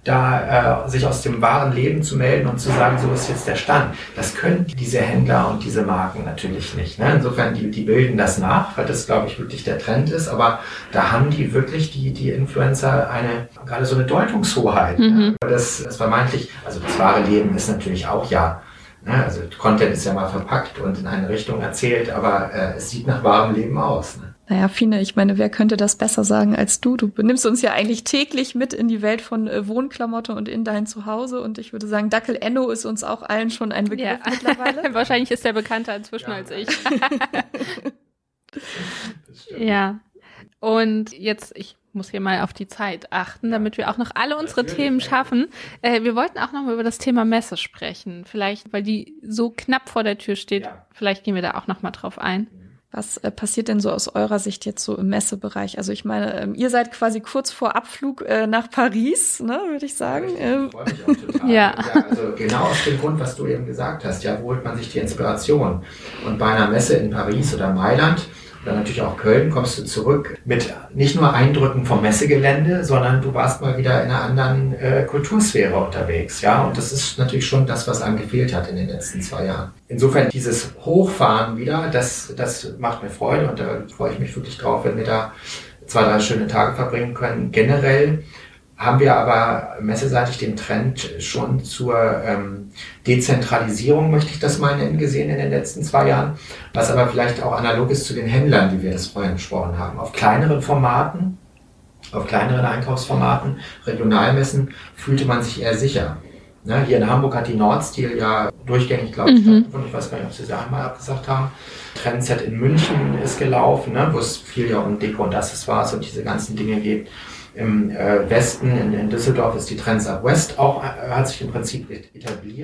da sich aus dem wahren Leben zu melden und zu sagen, so ist jetzt der Stand, das können diese Händler und diese Marken natürlich nicht. Ne? Insofern, die bilden das nach, weil das, glaube ich, wirklich der Trend ist, aber da haben die wirklich, die Influencer, gerade so eine Deutungshoheit. Mhm. Ja? Das vermeintlich, also das wahre Leben ist natürlich auch also Content ist ja mal verpackt und in eine Richtung erzählt, aber es sieht nach wahrem Leben aus. Ne? Naja, Fine, ich meine, wer könnte das besser sagen als du? Du benimmst uns ja eigentlich täglich mit in die Welt von Wohnklamotte und in dein Zuhause und ich würde sagen, Dackel Enno ist uns auch allen schon ein Begriff mittlerweile. Wahrscheinlich ist der bekannter inzwischen als ich. Ja. Und jetzt, ich muss hier mal auf die Zeit achten, damit wir auch noch alle unsere Themen schaffen. Wir wollten auch noch mal über das Thema Messe sprechen. Vielleicht, weil die so knapp vor der Tür steht, vielleicht gehen wir da auch noch mal drauf ein. Was passiert denn so aus eurer Sicht jetzt so im Messebereich? Also ich meine, ihr seid quasi kurz vor Abflug nach Paris, ne, würde ich sagen. Ich freue mich auch total. Ja, also genau aus dem Grund, was du eben gesagt hast. Ja, wo holt man sich die Inspiration? Und bei einer Messe in Paris oder Mailand oder natürlich auch Köln kommst du zurück mit nicht nur Eindrücken vom Messegelände, sondern du warst mal wieder in einer anderen Kultursphäre unterwegs. Ja, und das ist natürlich schon das, was einem gefehlt hat in den letzten 2 Jahren. Insofern dieses Hochfahren wieder, das macht mir Freude und da freue ich mich wirklich drauf, wenn wir da 2, 3 schöne Tage verbringen können. Generell haben wir aber messeseitig den Trend schon zur Dezentralisierung, möchte ich das mal nennen, gesehen in den letzten 2 Jahren, was aber vielleicht auch analog ist zu den Händlern, wie wir das vorhin besprochen haben. Auf kleineren Formaten, auf kleineren Einkaufsformaten, Regionalmessen fühlte man sich eher sicher. Ne, hier in Hamburg hat die Nordstil ja durchgängig, glaube ich, stattgefunden. Ich weiß gar nicht, ob sie es einmal abgesagt haben. Trendset in München ist gelaufen, ne, wo es viel ja um Deko und Accessoires und diese ganzen Dinge geht. Im Westen, in Düsseldorf, ist die Trends Up West auch, hat sich im Prinzip etabliert.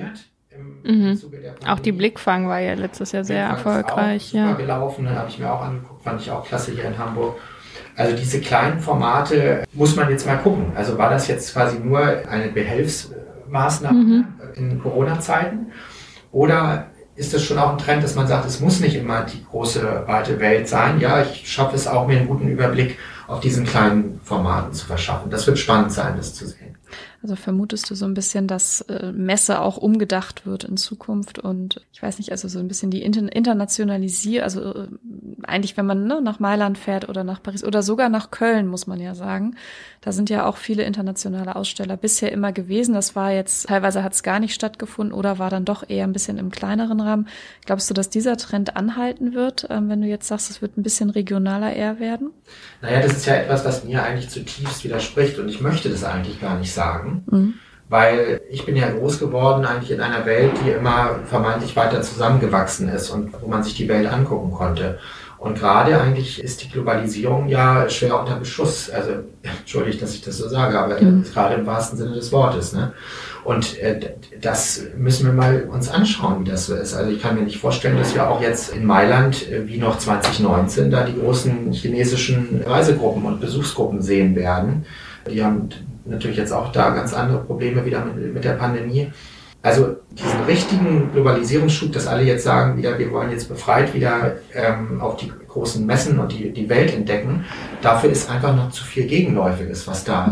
im Zuge der Pandemie. Auch die Blickfang war ja letztes Jahr sehr erfolgreich. Ist auch super gelaufen, habe ich mir auch angeguckt, fand ich auch klasse hier in Hamburg. Also diese kleinen Formate muss man jetzt mal gucken. Also war das jetzt quasi nur eine Behelfsmaßnahme in Corona-Zeiten? Oder ist das schon auch ein Trend, dass man sagt, es muss nicht immer die große, weite Welt sein? Ja, ich schaffe es auch, mir einen guten Überblick auf diesen kleinen Formaten zu verschaffen. Das wird spannend sein, das zu sehen. Also vermutest du so ein bisschen, dass Messe auch umgedacht wird in Zukunft und ich weiß nicht, also so ein bisschen die Internationalisierung, also eigentlich, wenn man nach Mailand fährt oder nach Paris oder sogar nach Köln, muss man ja sagen, da sind ja auch viele internationale Aussteller bisher immer gewesen. Das war jetzt, teilweise hat es gar nicht stattgefunden oder war dann doch eher ein bisschen im kleineren Rahmen. Glaubst du, dass dieser Trend anhalten wird, wenn du jetzt sagst, es wird ein bisschen regionaler eher werden? Naja, das ist ja etwas, was mir eigentlich zutiefst widerspricht und ich möchte das eigentlich gar nicht sagen. Weil ich bin ja groß geworden eigentlich in einer Welt, die immer vermeintlich weiter zusammengewachsen ist und wo man sich die Welt angucken konnte. Und gerade eigentlich ist die Globalisierung ja schwer unter Beschuss. Also, entschuldigt, dass ich das so sage, aber gerade im wahrsten Sinne des Wortes. Ne? Und das müssen wir mal uns anschauen, wie das so ist. Also ich kann mir nicht vorstellen, dass wir auch jetzt in Mailand, wie noch 2019, da die großen chinesischen Reisegruppen und Besuchsgruppen sehen werden. Die haben natürlich jetzt auch da ganz andere Probleme wieder mit der Pandemie. Also diesen richtigen Globalisierungsschub, dass alle jetzt sagen, wieder, wir wollen jetzt befreit wieder auf die großen Messen und die Welt entdecken, dafür ist einfach noch zu viel Gegenläufiges, was da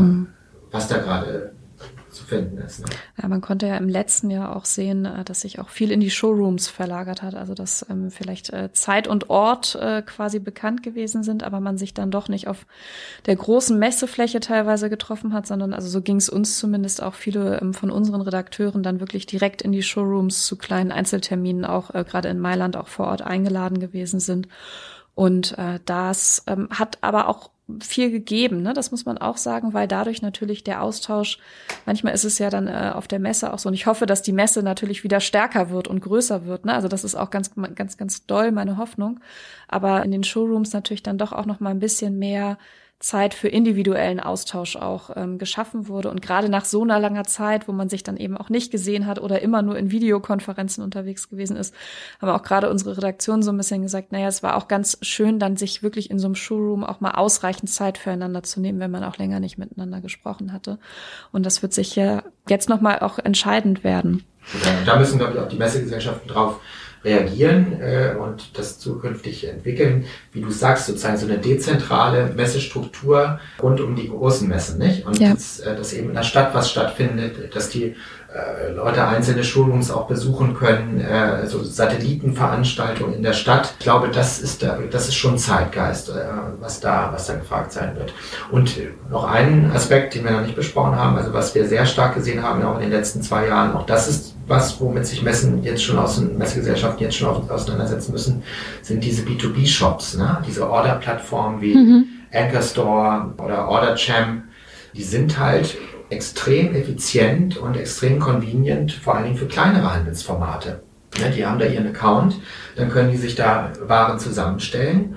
gerade zu finden ist. Ne? Ja, man konnte ja im letzten Jahr auch sehen, dass sich auch viel in die Showrooms verlagert hat, also dass vielleicht Zeit und Ort quasi bekannt gewesen sind, aber man sich dann doch nicht auf der großen Messefläche teilweise getroffen hat, sondern also so ging es uns zumindest auch viele von unseren Redakteuren dann wirklich direkt in die Showrooms zu kleinen Einzelterminen auch gerade in Mailand auch vor Ort eingeladen gewesen sind. Und das hat aber auch viel gegeben, ne? Das muss man auch sagen, weil dadurch natürlich der Austausch, manchmal ist es ja dann auf der Messe auch so, und ich hoffe, dass die Messe natürlich wieder stärker wird und größer wird, ne? Also das ist auch ganz, ganz, ganz doll meine Hoffnung, aber in den Showrooms natürlich dann doch auch noch mal ein bisschen mehr Zeit für individuellen Austausch auch geschaffen wurde. Und gerade nach so einer langer Zeit, wo man sich dann eben auch nicht gesehen hat oder immer nur in Videokonferenzen unterwegs gewesen ist, haben auch gerade unsere Redaktion so ein bisschen gesagt, naja, es war auch ganz schön, dann sich wirklich in so einem Showroom auch mal ausreichend Zeit füreinander zu nehmen, wenn man auch länger nicht miteinander gesprochen hatte. Und das wird sicher jetzt nochmal auch entscheidend werden. Ja, und da müssen, glaube ich, auch die Messegesellschaften drauf reagieren und das zukünftig entwickeln, wie du sagst, sozusagen so eine dezentrale Messestruktur rund um die großen Messen, nicht? Und ja. dass eben in der Stadt was stattfindet, dass die Leute einzelne Showrooms auch besuchen können, so Satellitenveranstaltungen in der Stadt. Ich glaube, das ist schon Zeitgeist, was da gefragt sein wird. Und noch einen Aspekt, den wir noch nicht besprochen haben, also was wir sehr stark gesehen haben, auch in den letzten 2 Jahren, auch das ist was, womit sich Messegesellschaften jetzt schon auseinandersetzen müssen, sind diese B2B-Shops, ne? Diese Order-Plattformen wie Anchor Store oder OrderChamp, die sind halt extrem effizient und extrem convenient, vor allen Dingen für kleinere Handelsformate. Ne? Die haben da ihren Account, dann können die sich da Waren zusammenstellen,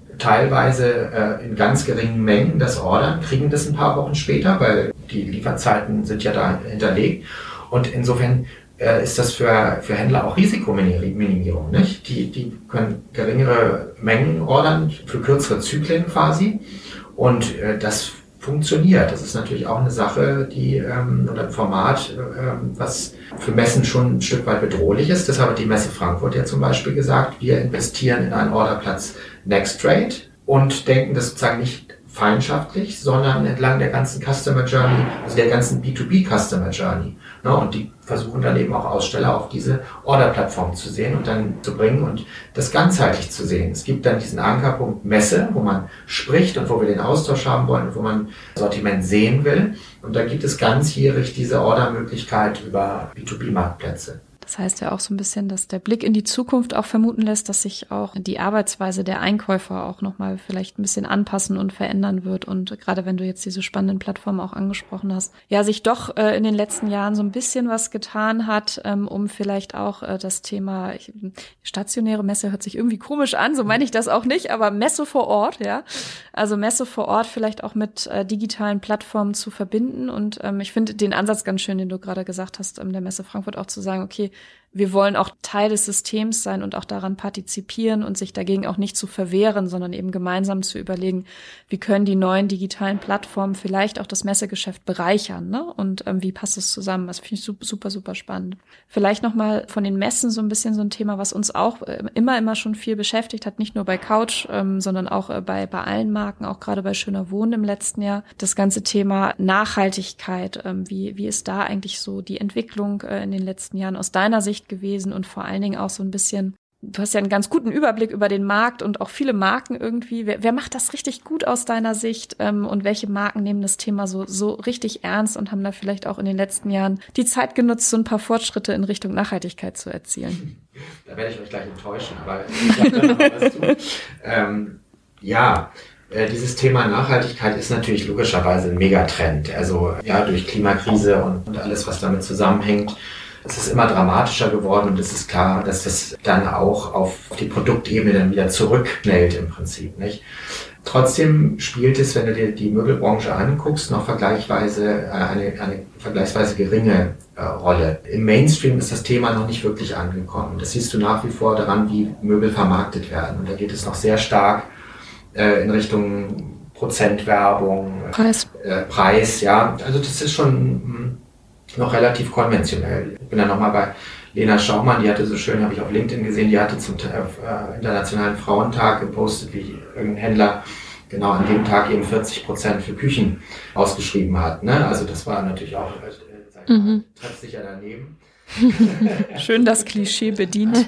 teilweise in ganz geringen Mengen das ordern, kriegen das ein paar Wochen später, weil die Lieferzeiten sind ja da hinterlegt. Und insofern ist das für Händler auch Risikominimierung, nicht? Die können geringere Mengen ordern für kürzere Zyklen quasi. Und das funktioniert. Das ist natürlich auch eine Sache, oder ein Format, was für Messen schon ein Stück weit bedrohlich ist. Deshalb hat die Messe Frankfurt ja zum Beispiel gesagt, wir investieren in einen Orderplatz Nextrade und denken das sozusagen nicht feindschaftlich, sondern entlang der ganzen Customer Journey, also der ganzen B2B Customer Journey. Ne? Und die versuchen dann eben auch Aussteller auf diese Orderplattform zu sehen und dann zu bringen und das ganzheitlich zu sehen. Es gibt dann diesen Ankerpunkt Messe, wo man spricht und wo wir den Austausch haben wollen und wo man Sortiment sehen will. Und da gibt es ganzjährig diese Ordermöglichkeit über B2B-Marktplätze. Das heißt ja auch so ein bisschen, dass der Blick in die Zukunft auch vermuten lässt, dass sich auch die Arbeitsweise der Einkäufer auch nochmal vielleicht ein bisschen anpassen und verändern wird. Und gerade wenn du jetzt diese spannenden Plattformen auch angesprochen hast, ja, sich doch in den letzten Jahren so ein bisschen was getan hat, um vielleicht auch das Thema stationäre Messe hört sich irgendwie komisch an, so meine ich das auch nicht, aber Messe vor Ort, ja. Also Messe vor Ort vielleicht auch mit digitalen Plattformen zu verbinden. Und ich finde den Ansatz ganz schön, den du gerade gesagt hast, der Messe Frankfurt auch zu sagen, okay, wir wollen auch Teil des Systems sein und auch daran partizipieren und sich dagegen auch nicht zu verwehren, sondern eben gemeinsam zu überlegen, wie können die neuen digitalen Plattformen vielleicht auch das Messegeschäft bereichern, ne? Und wie passt es zusammen? Das finde ich super, super spannend. Vielleicht nochmal von den Messen so ein bisschen so ein Thema, was uns auch immer schon viel beschäftigt hat, nicht nur bei Couch, sondern auch bei allen Marken, auch gerade bei Schöner Wohnen im letzten Jahr. Das ganze Thema Nachhaltigkeit, wie ist da eigentlich so die Entwicklung in den letzten Jahren aus deiner Sicht gewesen und vor allen Dingen auch so ein bisschen, du hast ja einen ganz guten Überblick über den Markt und auch viele Marken irgendwie. Wer macht das richtig gut aus deiner Sicht und welche Marken nehmen das Thema so richtig ernst und haben da vielleicht auch in den letzten Jahren die Zeit genutzt, so ein paar Fortschritte in Richtung Nachhaltigkeit zu erzielen? Da werde ich euch gleich enttäuschen, aber ich habe da noch was zu. Dieses Thema Nachhaltigkeit ist natürlich logischerweise ein Megatrend. Also ja, durch Klimakrise und alles, was damit zusammenhängt. Es ist immer dramatischer geworden und es ist klar, dass das dann auch auf die Produktebene dann wieder zurückknallt im Prinzip, nicht? Trotzdem spielt es, wenn du dir die Möbelbranche anguckst, noch vergleichsweise eine vergleichsweise geringe Rolle. Im Mainstream ist das Thema noch nicht wirklich angekommen. Das siehst du nach wie vor daran, wie Möbel vermarktet werden. Und da geht es noch sehr stark in Richtung Prozentwerbung, Preis, ja. Also das ist schon noch relativ konventionell. Ich bin dann nochmal bei Lena Schaumann, die hatte so schön, habe ich auf LinkedIn gesehen, die hatte zum Internationalen Frauentag gepostet, wie irgendein Händler genau an dem Tag eben 40% für Küchen ausgeschrieben hat. Ne? Also das war natürlich auch treffsicher daneben. Schön das Klischee bedient.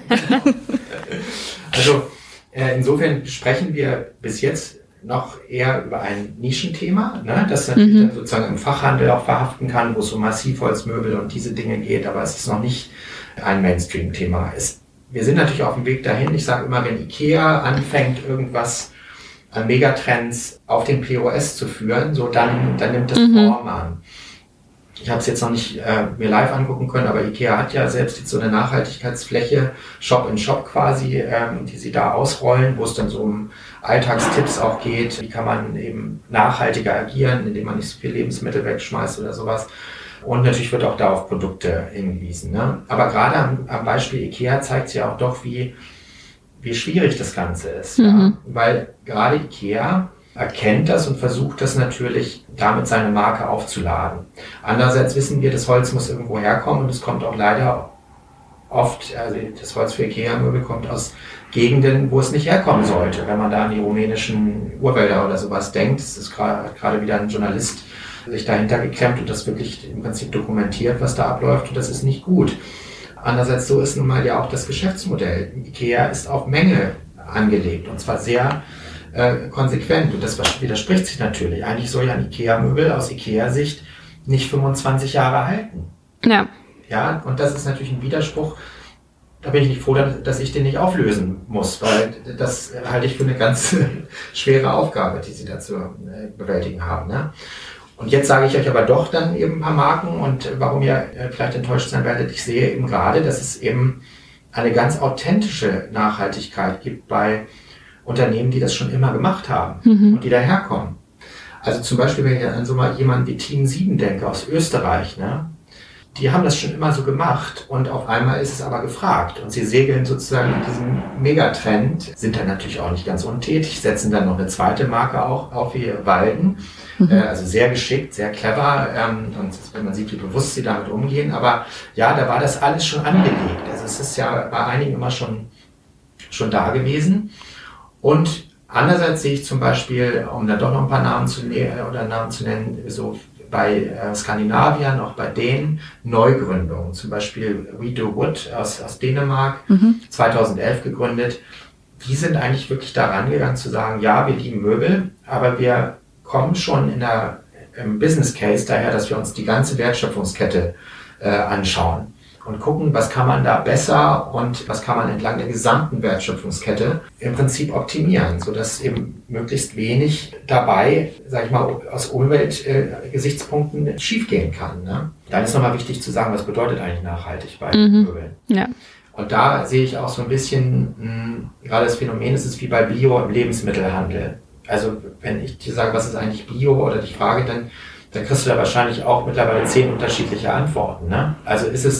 Also insofern sprechen wir bis jetzt noch eher über ein Nischenthema, ne, das natürlich dann sozusagen im Fachhandel auch verhaften kann, wo es um Massivholzmöbel und diese Dinge geht, aber es ist noch nicht ein Mainstream-Thema. Wir sind natürlich auf dem Weg dahin. Ich sage immer, wenn IKEA anfängt, irgendwas an Megatrends auf den POS zu führen, so dann nimmt das Form an. Ich habe es jetzt noch nicht mir live angucken können, aber IKEA hat ja selbst jetzt so eine Nachhaltigkeitsfläche, Shop-in-Shop quasi, die sie da ausrollen, wo es dann so um Alltagstipps auch geht. Wie kann man eben nachhaltiger agieren, indem man nicht so viel Lebensmittel wegschmeißt oder sowas. Und natürlich wird auch da auf Produkte hingewiesen. Ne? Aber gerade am Beispiel IKEA zeigt es ja auch doch, wie schwierig das Ganze ist. Ja? Weil gerade IKEA erkennt das und versucht das natürlich, damit seine Marke aufzuladen. Andererseits wissen wir, das Holz muss irgendwo herkommen und es kommt auch leider oft, also das Holz für IKEA-Möbel kommt aus Gegenden, wo es nicht herkommen sollte. Wenn man da an die rumänischen Urwälder oder sowas denkt, es ist gerade wieder ein Journalist sich dahinter geklemmt und das wirklich im Prinzip dokumentiert, was da abläuft, und das ist nicht gut. Andererseits, so ist nun mal ja auch das Geschäftsmodell. IKEA ist auf Menge angelegt und zwar sehr konsequent, und das widerspricht sich natürlich. Eigentlich soll ja ein IKEA-Möbel aus IKEA-Sicht nicht 25 Jahre halten. Ja. Ja, und das ist natürlich ein Widerspruch. Da bin ich nicht froh, dass ich den nicht auflösen muss, weil das halte ich für eine ganz schwere Aufgabe, die sie da zu bewältigen haben. Ne? Und jetzt sage ich euch aber doch dann eben ein paar Marken und warum ihr vielleicht enttäuscht sein werdet. Ich sehe eben gerade, dass es eben eine ganz authentische Nachhaltigkeit gibt bei Unternehmen, die das schon immer gemacht haben und die daherkommen. Also zum Beispiel, wenn ich an so mal jemanden wie Team 7 denke aus Österreich, ne? Die haben das schon immer so gemacht und auf einmal ist es aber gefragt und sie segeln sozusagen in diesem Megatrend, sind dann natürlich auch nicht ganz untätig, setzen dann noch eine zweite Marke auch auf, wie Walden, also sehr geschickt, sehr clever und wenn man sieht, wie bewusst sie damit umgehen, aber ja, da war das alles schon angelegt, also es ist ja bei einigen immer schon da gewesen. Und andererseits sehe ich zum Beispiel, um da doch noch ein paar Namen zu nennen, so bei Skandinaviern, auch bei denen Neugründungen, zum Beispiel We Do Wood aus Dänemark, 2011 gegründet. Die sind eigentlich wirklich daran gegangen zu sagen, ja, wir lieben Möbel, aber wir kommen schon im Business Case daher, dass wir uns die ganze Wertschöpfungskette anschauen und gucken, was kann man da besser und was kann man entlang der gesamten Wertschöpfungskette im Prinzip optimieren, sodass eben möglichst wenig dabei, sage ich mal, aus Umweltgesichtspunkten schiefgehen kann. Ne? Dann ist nochmal wichtig zu sagen, was bedeutet eigentlich nachhaltig bei Möbeln. Ja. Und da sehe ich auch so ein bisschen, gerade das Phänomen ist es wie bei Bio im Lebensmittelhandel. Also wenn ich dir sage, was ist eigentlich Bio oder dich frage, dann kriegst du da wahrscheinlich auch mittlerweile 10 unterschiedliche Antworten. Ne? Also ist es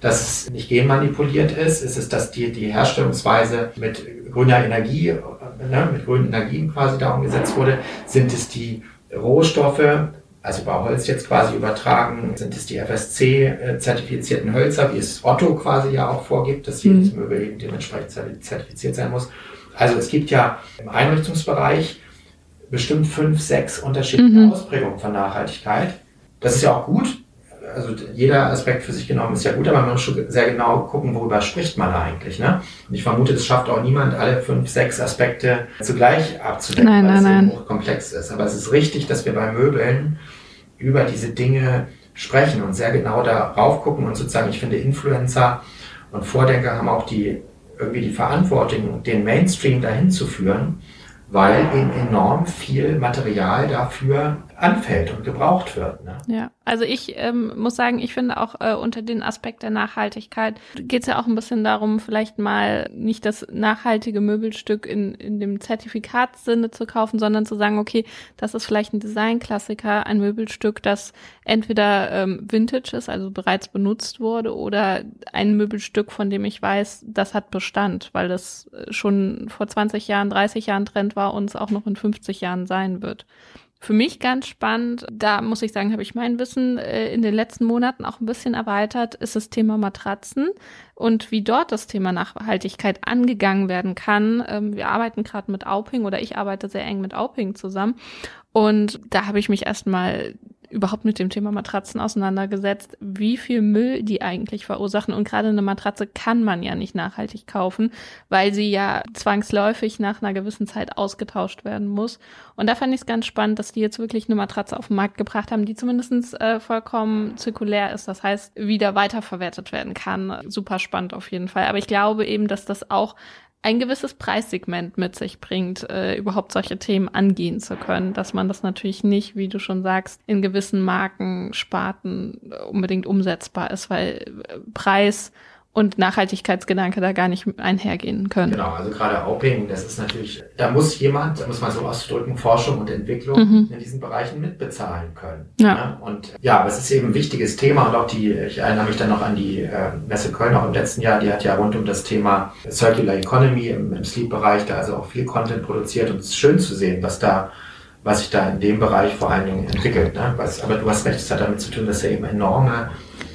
dass es nicht genmanipuliert ist? Ist es, dass die Herstellungsweise mit grüner Energie, mit grünen Energien quasi da umgesetzt wurde? Sind es die Rohstoffe, also bei Holz jetzt quasi übertragen, sind es die FSC-zertifizierten Hölzer, wie es Otto quasi ja auch vorgibt, dass jedes Möbel eben dementsprechend zertifiziert sein muss? Also es gibt ja im Einrichtungsbereich bestimmt 5, 6 unterschiedliche Ausprägungen von Nachhaltigkeit. Das ist ja auch gut. Also jeder Aspekt für sich genommen ist ja gut, aber man muss schon sehr genau gucken, worüber spricht man da eigentlich. Ne? Und ich vermute, das schafft auch niemand, alle 5, 6 Aspekte zugleich abzudecken, weil es eben hochkomplex ist. Aber es ist richtig, dass wir bei Möbeln über diese Dinge sprechen und sehr genau darauf gucken. Und sozusagen, ich finde, Influencer und Vordenker haben auch irgendwie die Verantwortung, den Mainstream dahin zu führen, weil eben enorm viel Material dafür anfällt und gebraucht wird. Ne? Ja, also ich muss sagen, ich finde auch unter den Aspekt der Nachhaltigkeit geht es ja auch ein bisschen darum, vielleicht mal nicht das nachhaltige Möbelstück in dem Zertifikatssinne zu kaufen, sondern zu sagen, okay, das ist vielleicht ein Designklassiker, ein Möbelstück, das entweder Vintage ist, also bereits benutzt wurde, oder ein Möbelstück, von dem ich weiß, das hat Bestand, weil das schon vor 20 Jahren, 30 Jahren Trend war und es auch noch in 50 Jahren sein wird. Für mich ganz spannend, da muss ich sagen, habe ich mein Wissen in den letzten Monaten auch ein bisschen erweitert, ist das Thema Matratzen und wie dort das Thema Nachhaltigkeit angegangen werden kann. Wir arbeiten gerade mit Auping oder ich arbeite sehr eng mit Auping zusammen und da habe ich mich erstmal überhaupt mit dem Thema Matratzen auseinandergesetzt, wie viel Müll die eigentlich verursachen. Und gerade eine Matratze kann man ja nicht nachhaltig kaufen, weil sie ja zwangsläufig nach einer gewissen Zeit ausgetauscht werden muss. Und da fand ich es ganz spannend, dass die jetzt wirklich eine Matratze auf den Markt gebracht haben, die zumindest vollkommen zirkulär ist. Das heißt, wieder weiterverwertet werden kann. Super spannend auf jeden Fall. Aber ich glaube eben, dass das auch ein gewisses Preissegment mit sich bringt, überhaupt solche Themen angehen zu können, dass man das natürlich nicht, wie du schon sagst, in gewissen Markensparten unbedingt umsetzbar ist, weil Preis und Nachhaltigkeitsgedanke da gar nicht einhergehen können. Genau, also gerade Auping, das ist natürlich, da muss man so ausdrücken, Forschung und Entwicklung in diesen Bereichen mitbezahlen können. Ja. Ne? Und ja, aber es ist eben ein wichtiges Thema und auch ich erinnere mich dann noch an die Messe Köln auch im letzten Jahr, die hat ja rund um das Thema Circular Economy im Sleep-Bereich da also auch viel Content produziert und es ist schön zu sehen, was sich da in dem Bereich vor allen Dingen entwickelt. Ne? Aber du hast recht, es hat damit zu tun, dass ja eben enorme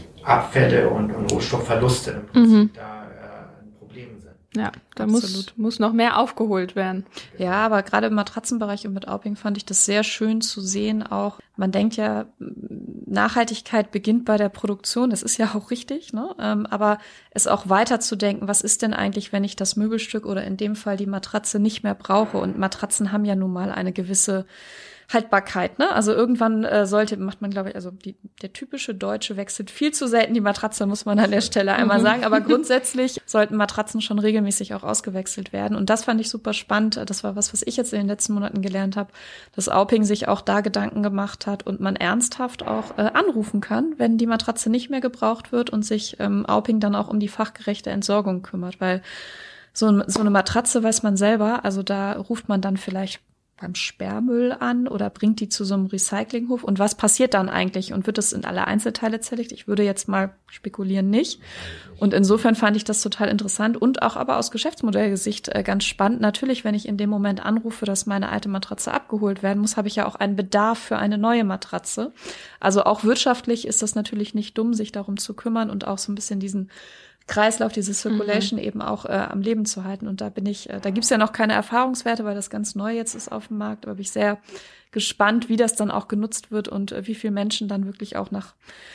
Abfälle und Rohstoffverluste im Prinzip da ein Problem sind. Ja, da muss noch mehr aufgeholt werden. Ja, aber gerade im Matratzenbereich und mit Auping fand ich das sehr schön zu sehen. Auch man denkt ja, Nachhaltigkeit beginnt bei der Produktion. Das ist ja auch richtig, ne? Aber es auch weiter zu denken, was ist denn eigentlich, wenn ich das Möbelstück oder in dem Fall die Matratze nicht mehr brauche? Und Matratzen haben ja nun mal eine gewisse Haltbarkeit, ne? Also irgendwann macht man, glaube ich, also der typische Deutsche wechselt viel zu selten die Matratze, muss man an der Stelle einmal sagen. Aber grundsätzlich sollten Matratzen schon regelmäßig auch ausgewechselt werden. Und das fand ich super spannend. Das war was ich jetzt in den letzten Monaten gelernt habe, dass Auping sich auch da Gedanken gemacht hat und man ernsthaft auch anrufen kann, wenn die Matratze nicht mehr gebraucht wird und sich Auping dann auch um die fachgerechte Entsorgung kümmert. Weil so eine Matratze weiß man selber, also da ruft man dann vielleicht beim Sperrmüll an oder bringt die zu so einem Recyclinghof? Und was passiert dann eigentlich? Und wird das in alle Einzelteile zerlegt? Ich würde jetzt mal spekulieren, nicht. Und insofern fand ich das total interessant und auch aber aus Geschäftsmodellsicht ganz spannend. Natürlich, wenn ich in dem Moment anrufe, dass meine alte Matratze abgeholt werden muss, habe ich ja auch einen Bedarf für eine neue Matratze. Also auch wirtschaftlich ist das natürlich nicht dumm, sich darum zu kümmern und auch so ein bisschen diesen Kreislauf, diese Circulation eben auch am Leben zu halten. Und da gibt's ja noch keine Erfahrungswerte, weil das ganz neu jetzt ist auf dem Markt. Aber bin ich sehr gespannt, wie das dann auch genutzt wird und wie viele Menschen dann wirklich auch nach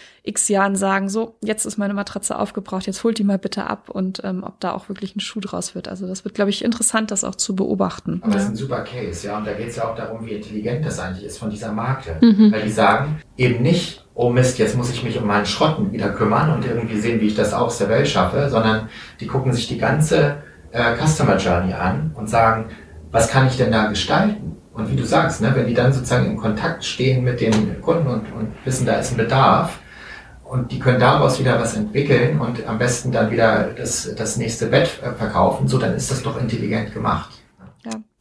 x Jahren sagen, so, jetzt ist meine Matratze aufgebraucht, jetzt holt die mal bitte ab und ob da auch wirklich ein Schuh draus wird. Also das wird, glaube ich, interessant, das auch zu beobachten. Aber das ist ein super Case, ja. Und da geht es ja auch darum, wie intelligent das eigentlich ist von dieser Marke. Weil die sagen eben nicht, oh Mist, jetzt muss ich mich um meinen Schrotten wieder kümmern und irgendwie sehen, wie ich das aus der Welt schaffe, sondern die gucken sich die ganze Customer Journey an und sagen, was kann ich denn da gestalten? Und wie du sagst, ne, wenn die dann sozusagen in Kontakt stehen mit den Kunden und wissen, da ist ein Bedarf, und die können daraus wieder was entwickeln und am besten dann wieder das nächste Bett verkaufen, so dann ist das doch intelligent gemacht. Ja,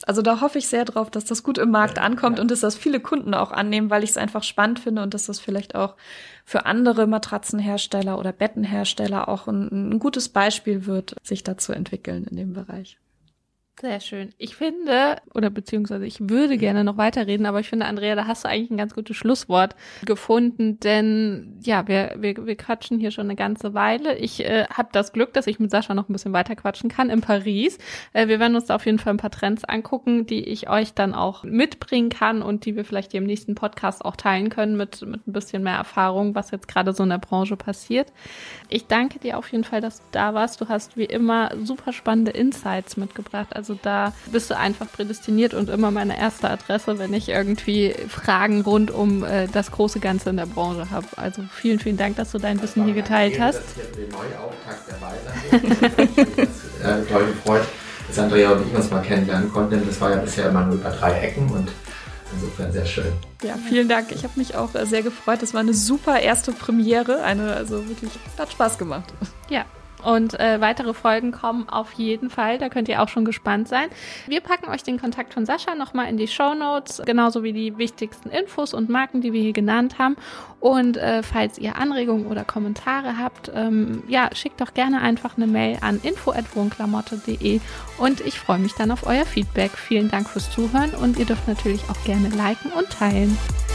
Also da hoffe ich sehr drauf, dass das gut im Markt ankommt und dass das viele Kunden auch annehmen, weil ich es einfach spannend finde und dass das vielleicht auch für andere Matratzenhersteller oder Bettenhersteller auch ein gutes Beispiel wird, sich da zu entwickeln in dem Bereich. Sehr schön. Ich finde, oder beziehungsweise ich würde gerne noch weiterreden, aber ich finde, Andrea, da hast du eigentlich ein ganz gutes Schlusswort gefunden, denn ja, wir quatschen hier schon eine ganze Weile. Ich habe das Glück, dass ich mit Sascha noch ein bisschen weiter quatschen kann in Paris. Wir werden uns da auf jeden Fall ein paar Trends angucken, die ich euch dann auch mitbringen kann und die wir vielleicht hier im nächsten Podcast auch teilen können mit ein bisschen mehr Erfahrung, was jetzt gerade so in der Branche passiert. Ich danke dir auf jeden Fall, dass du da warst. Du hast wie immer super spannende Insights mitgebracht. Also da bist du einfach prädestiniert und immer meine erste Adresse, wenn ich irgendwie Fragen rund um das große Ganze in der Branche habe. Also vielen, vielen Dank, dass du dein Wissen hier geteilt hast. Dass ich den Neuauftakt dabei sein durfte. Ich habe mich toll gefreut, dass Andrea und ich uns mal kennenlernen konnten. Das war ja bisher immer nur über 3 Ecken und insofern sehr schön. Ja, vielen Dank. Ich habe mich auch sehr gefreut. Das war eine super erste Premiere. Also wirklich, hat Spaß gemacht. Ja. Und weitere Folgen kommen auf jeden Fall, da könnt ihr auch schon gespannt sein. Wir packen euch den Kontakt von Sascha nochmal in die Shownotes, genauso wie die wichtigsten Infos und Marken, die wir hier genannt haben. Und falls ihr Anregungen oder Kommentare habt, schickt doch gerne einfach eine Mail an info@wohnklamotte.de und ich freue mich dann auf euer Feedback. Vielen Dank fürs Zuhören und ihr dürft natürlich auch gerne liken und teilen.